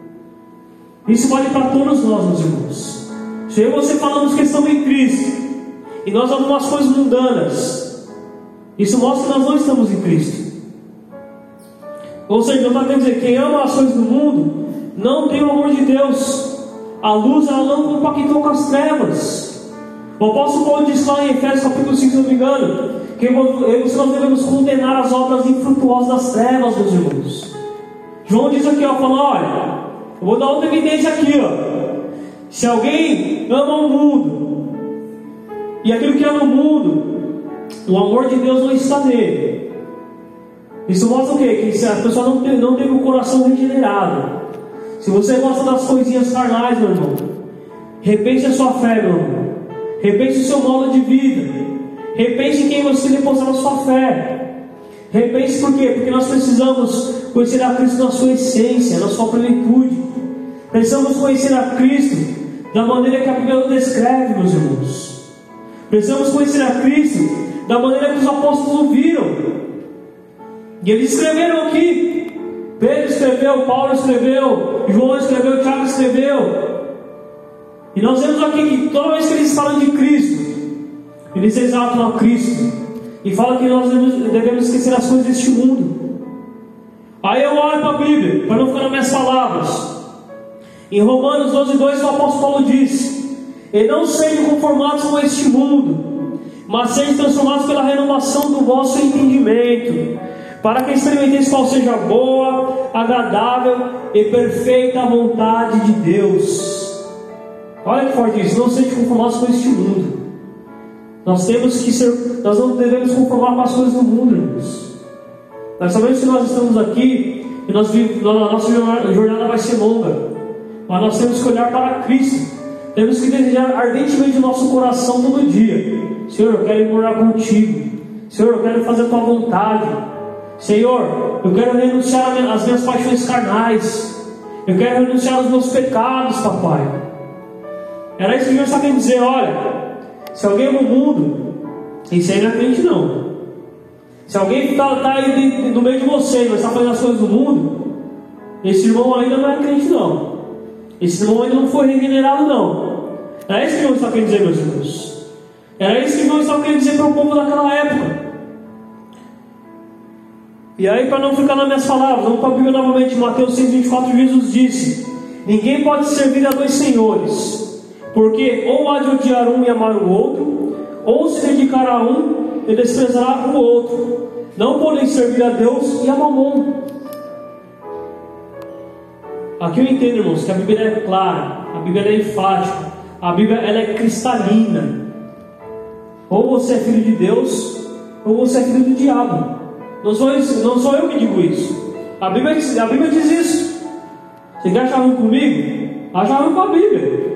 Isso vale para todos nós, meus irmãos. Se eu e você falamos que estamos em Cristo e nós amamos as coisas mundanas, isso mostra que nós não estamos em Cristo. Ou seja, não está querendo dizer, quem ama as coisas do mundo não tem o amor de Deus. A luz, ela não compactou com as trevas. O apóstolo Paulo diz lá em Efésios capítulo cinco, se não me engano, que nós devemos condenar as obras infrutuosas das trevas, meus irmãos. João diz aqui, ó, fala, olha, eu vou dar outra evidência aqui, ó. Se alguém ama o mundo, e aquilo que é no mundo, o amor de Deus não está nele. Isso mostra o quê? Que a pessoa não tem, não tem o coração regenerado. Se você gosta das coisinhas carnais, meu irmão, repense a sua fé, meu irmão. Repense o seu modo de vida. Repense em quem você depositar a sua fé. Repense por quê? Porque nós precisamos conhecer a Cristo na sua essência, na sua plenitude. Precisamos conhecer a Cristo da maneira que a Bíblia descreve, meus irmãos. Precisamos conhecer a Cristo da maneira que os apóstolos o viram. E eles escreveram aqui. Pedro escreveu, Paulo escreveu, João escreveu, Tiago escreveu. E nós vemos aqui que toda vez que eles falam de Cristo, eles exaltam a Cristo e falam que nós devemos, devemos esquecer as coisas deste mundo. Aí eu olho para a Bíblia, para não ficar nas minhas palavras. Em Romanos doze, dois, o apóstolo Paulo diz: e não sejam conformados com este mundo, mas sejam transformados pela renovação do vosso entendimento, para que experimenteis qual seja a boa, agradável e perfeita vontade de Deus. Olha que forte isso. Não sejam conformados com este mundo. Nós temos que ser, nós não devemos conformar com as coisas do mundo, irmãos. Nós sabemos que nós estamos aqui e nós, a nossa jornada vai ser longa, mas nós temos que olhar para Cristo. Temos que desejar ardentemente o nosso coração todo dia: Senhor, eu quero ir morar contigo. Senhor, eu quero fazer a tua vontade. Senhor, eu quero renunciar às minhas paixões carnais. Eu quero renunciar aos meus pecados, papai. Era isso que Deus está querendo dizer. Olha, se alguém ama o mundo, isso aí não é crente não. Se alguém está tá aí no meio de você, mas está fazendo as coisas do mundo, esse irmão ainda não é crente não. Esse irmão ainda não foi regenerado não. Era isso que Deus está querendo dizer, meus irmãos. Era isso que Deus estava querendo dizer para o povo daquela época. E aí, para não ficar nas minhas palavras, vamos para a Bíblia novamente. Mateus seis, vinte e quatro, Jesus disse: ninguém pode servir a dois senhores, porque ou há de odiar um e amar o outro, ou se dedicar a um e desprezar o outro. Não podem servir a Deus e a Mamon. Aqui eu entendo, irmãos, que a Bíblia é clara, a Bíblia é enfática, a Bíblia ela é cristalina. Ou você é filho de Deus, ou você é filho do diabo. Não sou, isso, não sou eu que digo isso. A Bíblia, a Bíblia diz isso. Você quer achar ruim comigo? Acha ruim com a Bíblia.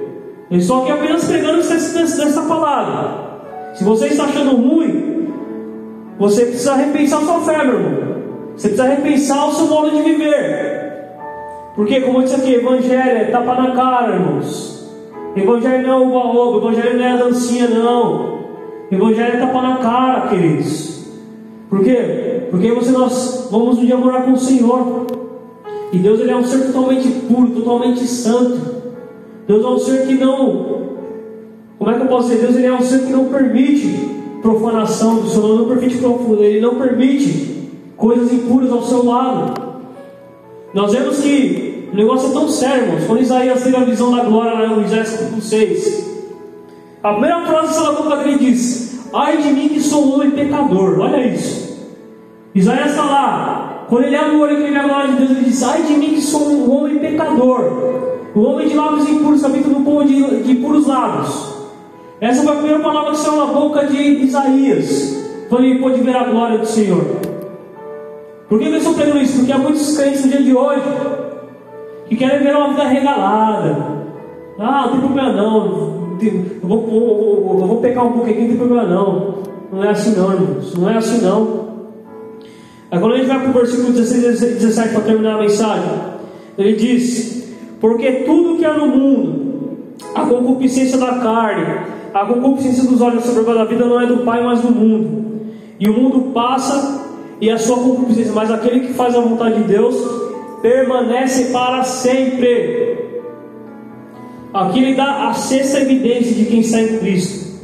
Eu estou aqui apenas pregando essa palavra. Se você está achando ruim, você precisa repensar sua fé, meu irmão. Você precisa repensar o seu modo de viver. Porque, como eu disse aqui, evangelho é tapa na cara, irmãos. Evangelho não é o baú, evangelho não é a dancinha, não. Evangelho é tapa na cara, queridos. Por quê? Porque você, nós vamos um dia morar com o Senhor. E Deus, Ele é um ser totalmente puro, totalmente santo. Deus é um ser que não... Como é que eu posso dizer? Deus, Ele é um ser que não permite profanação do seu nome, não permite profanação, Ele não permite coisas impuras ao seu lado. Nós vemos que o negócio é tão sério, irmãos. Quando Isaías teve a visão da glória lá no Isaías capítulo seis, a primeira frase da boca dele diz: ai de mim que sou um homem pecador. Olha isso. Isaías está lá, quando ele abre o olho e ele vê a glória de Deus, ele diz: ai de mim que sou um homem pecador, o homem de lábios impuros, capítulo do povo de, de puros lábios. Essa foi a primeira palavra que saiu na boca de Isaías, quando ele pôde ver a glória do Senhor. Por que eu estou pregando isso? Porque há muitos crentes no dia de hoje que querem ver uma vida regalada. Ah, não tem problema não, eu vou, eu, eu vou pecar um pouco aqui, não tem problema não. Não é assim não, irmãos, não é assim não. Aí quando a gente vai para o versículo dezesseis e dezessete para terminar a mensagem, ele diz: porque tudo que há no mundo, a concupiscência da carne, a concupiscência dos olhos, a soberba da vida, não é do Pai, mas do mundo. E o mundo passa e a sua concupiscência, mas aquele que faz a vontade de Deus permanece para sempre. Aqui ele dá a sexta evidência de quem está em Cristo.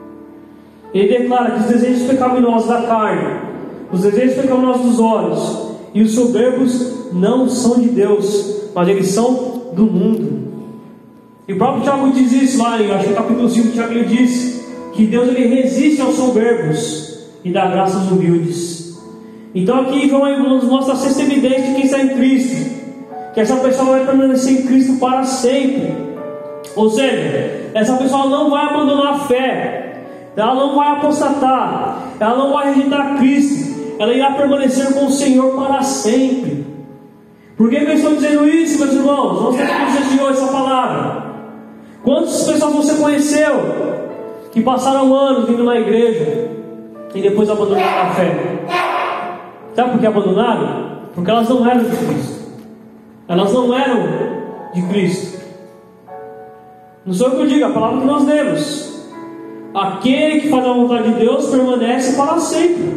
Ele declara que os desejos pecaminosos da carne, os desejos pecaminosos dos olhos e os soberbos não são de Deus, mas eles são do mundo. E o próprio Tiago diz isso lá, em, acho que no capítulo cinco, Tiago ele diz que Deus, ele resiste aos soberbos e dá graça aos humildes. Então aqui João nos mostra a sexta evidência de quem está em Cristo, que essa pessoa vai permanecer em Cristo para sempre. Ou seja, essa pessoa não vai abandonar a fé, ela não vai apostatar, ela não vai rejeitar Cristo, ela irá permanecer com o Senhor para sempre. Por que eu estou dizendo isso, meus irmãos? Nós temos de hoje essa palavra. Quantas pessoas você conheceu que passaram anos vindo na igreja e depois abandonaram a fé? Sabe por que abandonaram? Porque elas não eram de Cristo. Elas não eram de Cristo. Não sou eu que eu digo, a palavra que nós lemos: aquele que faz a vontade de Deus permanece para sempre.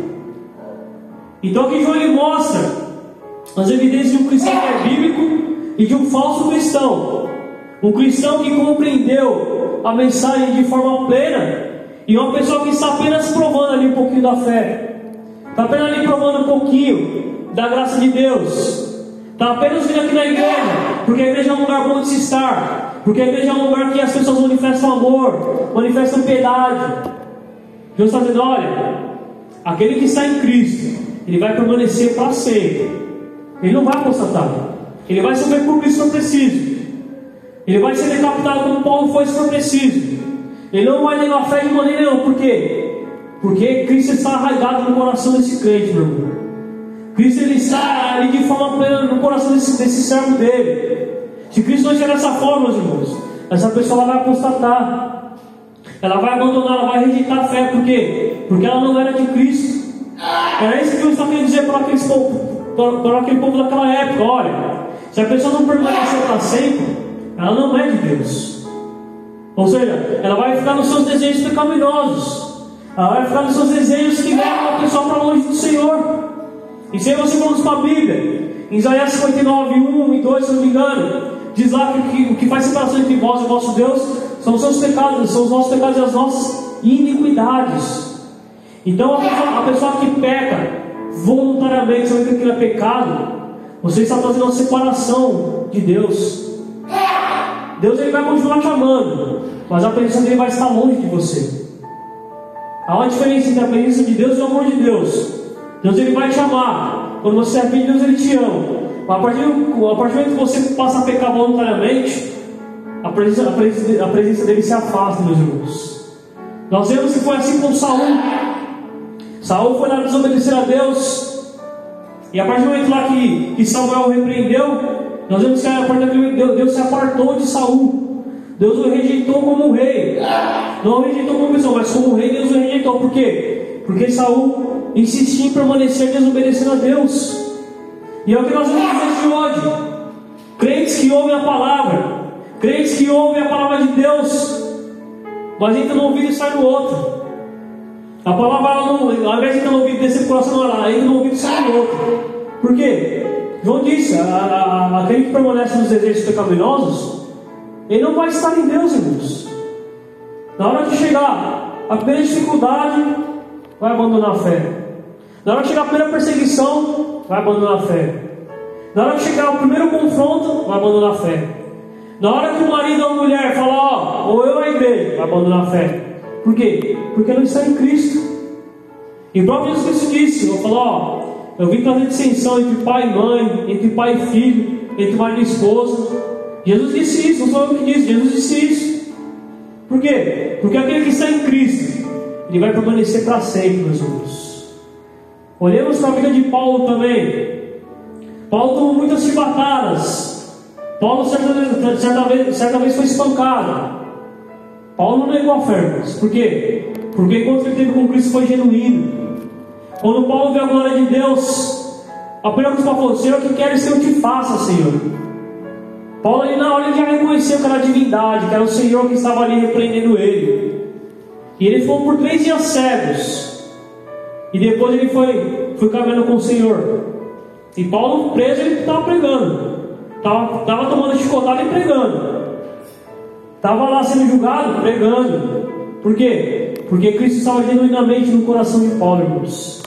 Então aqui João ele mostra as evidências de um cristão que é bíblico e de um falso cristão. Um cristão que compreendeu a mensagem de forma plena, e uma pessoa que está apenas provando ali um pouquinho da fé, está apenas ali provando um pouquinho da graça de Deus, está apenas vindo aqui na igreja porque a igreja é um lugar bom de se estar, porque a igreja é um lugar que as pessoas manifestam amor, manifestam piedade. Deus está dizendo: olha, aquele que está em Cristo, ele vai permanecer para sempre. Ele não vai apostatar, ele vai sofrer por Cristo se for preciso, ele vai ser decapitado como Paulo foi se for preciso, ele não vai negar a fé de maneira nenhuma. Por quê? Porque Cristo está arraigado no coração desse crente, meu irmão. Cristo, ele está ali de forma plena no coração desse, desse servo dele. Se Cristo não estiver dessa forma, meus irmãos, essa pessoa ela vai apostatar, ela vai abandonar, ela vai rejeitar a fé. Por quê? Porque ela não era de Cristo. Era isso que Deus está querendo dizer para aquele povo, para, para aquele povo daquela época. Olha, se a pessoa não permanecer para sempre, ela não é de Deus. Ou seja, ela vai ficar nos seus desejos pecaminosos, ela vai ficar nos seus desejos que levam a pessoa para longe do Senhor. E se você for para a Bíblia, em Isaías cinquenta e nove, um e dois, se não me engano, diz lá que o que faz separação entre vós e o vosso Deus são os seus pecados, são os nossos pecados e as nossas iniquidades. Então a pessoa, a pessoa que peca voluntariamente, sabendo que aquilo é pecado, você está fazendo uma separação de Deus. Deus, ele vai continuar te amando, mas a presença dele vai estar longe de você. Há uma diferença entre a presença de Deus e o amor de Deus. Deus, ele vai te amar. Quando você é filho, Deus, ele te ama. Mas a partir, a partir do momento que você passa a pecar voluntariamente, a presença, a presença, a presença dele se afasta, meus irmãos. Nós vemos que foi assim com Saul. Saul foi lá desobedecer a Deus, e a partir do momento lá que, que Samuel o repreendeu, nós vemos que a partir daquele momento Deus, Deus se apartou de Saul. Deus o rejeitou como um rei. Não o rejeitou como pessoa, mas como um rei Deus o rejeitou. Por quê? Porque Saul insistia em permanecer desobedecendo a Deus. E é o que nós vamos dizer de hoje. Crentes que ouvem a palavra, crentes que ouvem a palavra de Deus, mas entra no ouvido e sai no outro. A palavra, ela não, ao invés de entrar no ouvido e descer pro coração, ela entra no ouvido e sai no outro. Por quê? João disse, a, a, aquele que permanece nos desejos pecaminosos, ele não vai estar em Deus, irmãos. Na hora de chegar a primeira dificuldade, vai abandonar a fé. Na hora de chegar a primeira perseguição, vai abandonar a fé. Na hora de chegar o primeiro confronto, vai abandonar a fé. Na hora que o marido ou a mulher falar, ó, ou eu ou a igreja, vai abandonar a fé. Por quê? Porque não está em Cristo. E o próprio Jesus Cristo disse, eu falo, ó, eu vim trazer dissensão entre pai e mãe, entre pai e filho, entre marido e esposa. Jesus disse isso, não sou eu que disse, Jesus disse isso. Por quê? Porque aquele que está em Cristo, ele vai permanecer para sempre, meus irmãos. Olhemos para a vida de Paulo também. Paulo tomou muitas chibatadas. Paulo certa vez, certa vez, certa vez foi espancado. Paulo não negou a fé. Por quê? Porque enquanto ele teve com Cristo foi genuíno. Quando Paulo viu a glória de Deus, a primeira coisa que falou: Senhor, o que queres que eu te faça, Senhor? Paulo ali na hora ele já reconheceu que era a divindade, que era o Senhor que estava ali repreendendo ele. E ele ficou por três dias cegos. E depois ele foi, foi caminhando com o Senhor. E Paulo preso, ele estava pregando. Estava tomando chicotada e pregando. Estava lá sendo julgado, pregando. Por quê? Porque Cristo estava genuinamente no coração de Paulo, irmãos.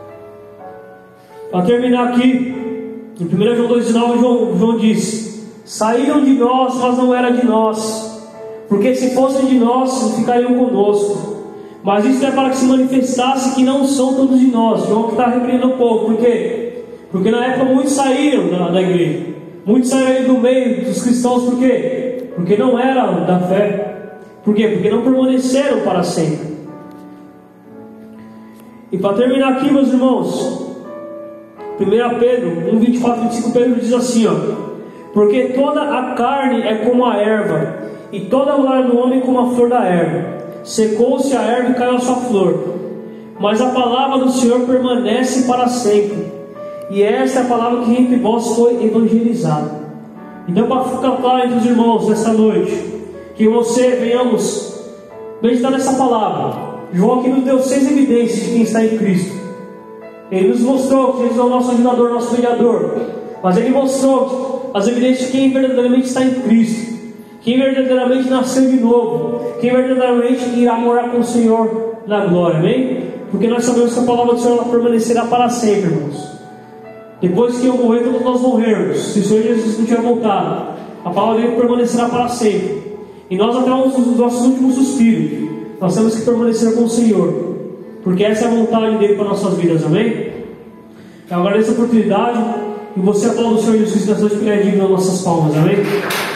Para terminar aqui, em primeiro João dois, dezenove, João, João diz: saíram de nós, mas não era de nós, porque se fossem de nós, ficariam conosco. Mas isso é para que se manifestasse que não são todos de nós. João que está repreendendo o povo. Por quê? Porque na época muitos saíram da, da igreja. Muitos saíram do meio dos cristãos. Por quê? Porque não eram da fé. Por quê? Porque não permaneceram para sempre. E para terminar aqui, meus irmãos, primeiro Pedro um, vinte e quatro, vinte e cinco, Pedro diz assim, ó: porque toda a carne é como a erva, e toda a glória do homem como a flor da erva. Secou-se a erva e caiu a sua flor, mas a palavra do Senhor permanece para sempre. E esta é a palavra que entre vós foi evangelizada. Então, para ficar claro entre os irmãos nesta noite, que você venhamos meditar nessa palavra. João aqui nos deu seis evidências de quem está em Cristo. Ele nos mostrou que Jesus é o nosso ajudador, nosso mediador. Mas ele mostrou as evidências de quem verdadeiramente está em Cristo, quem verdadeiramente nasceu de novo, quem verdadeiramente irá morar com o Senhor na glória, amém? Porque nós sabemos que a palavra do Senhor permanecerá para sempre, irmãos. Depois que eu morrer, todos nós morrermos. Se o Senhor Jesus não tiver voltado, a palavra dele permanecerá para sempre. E nós, até os nossos últimos suspiros, nós temos que permanecer com o Senhor, porque essa é a vontade dele para nossas vidas, amém? Eu agradeço a oportunidade, e você, a palavra do Senhor Jesus Cristo, nessa noite, que é digno das nossas palmas, amém?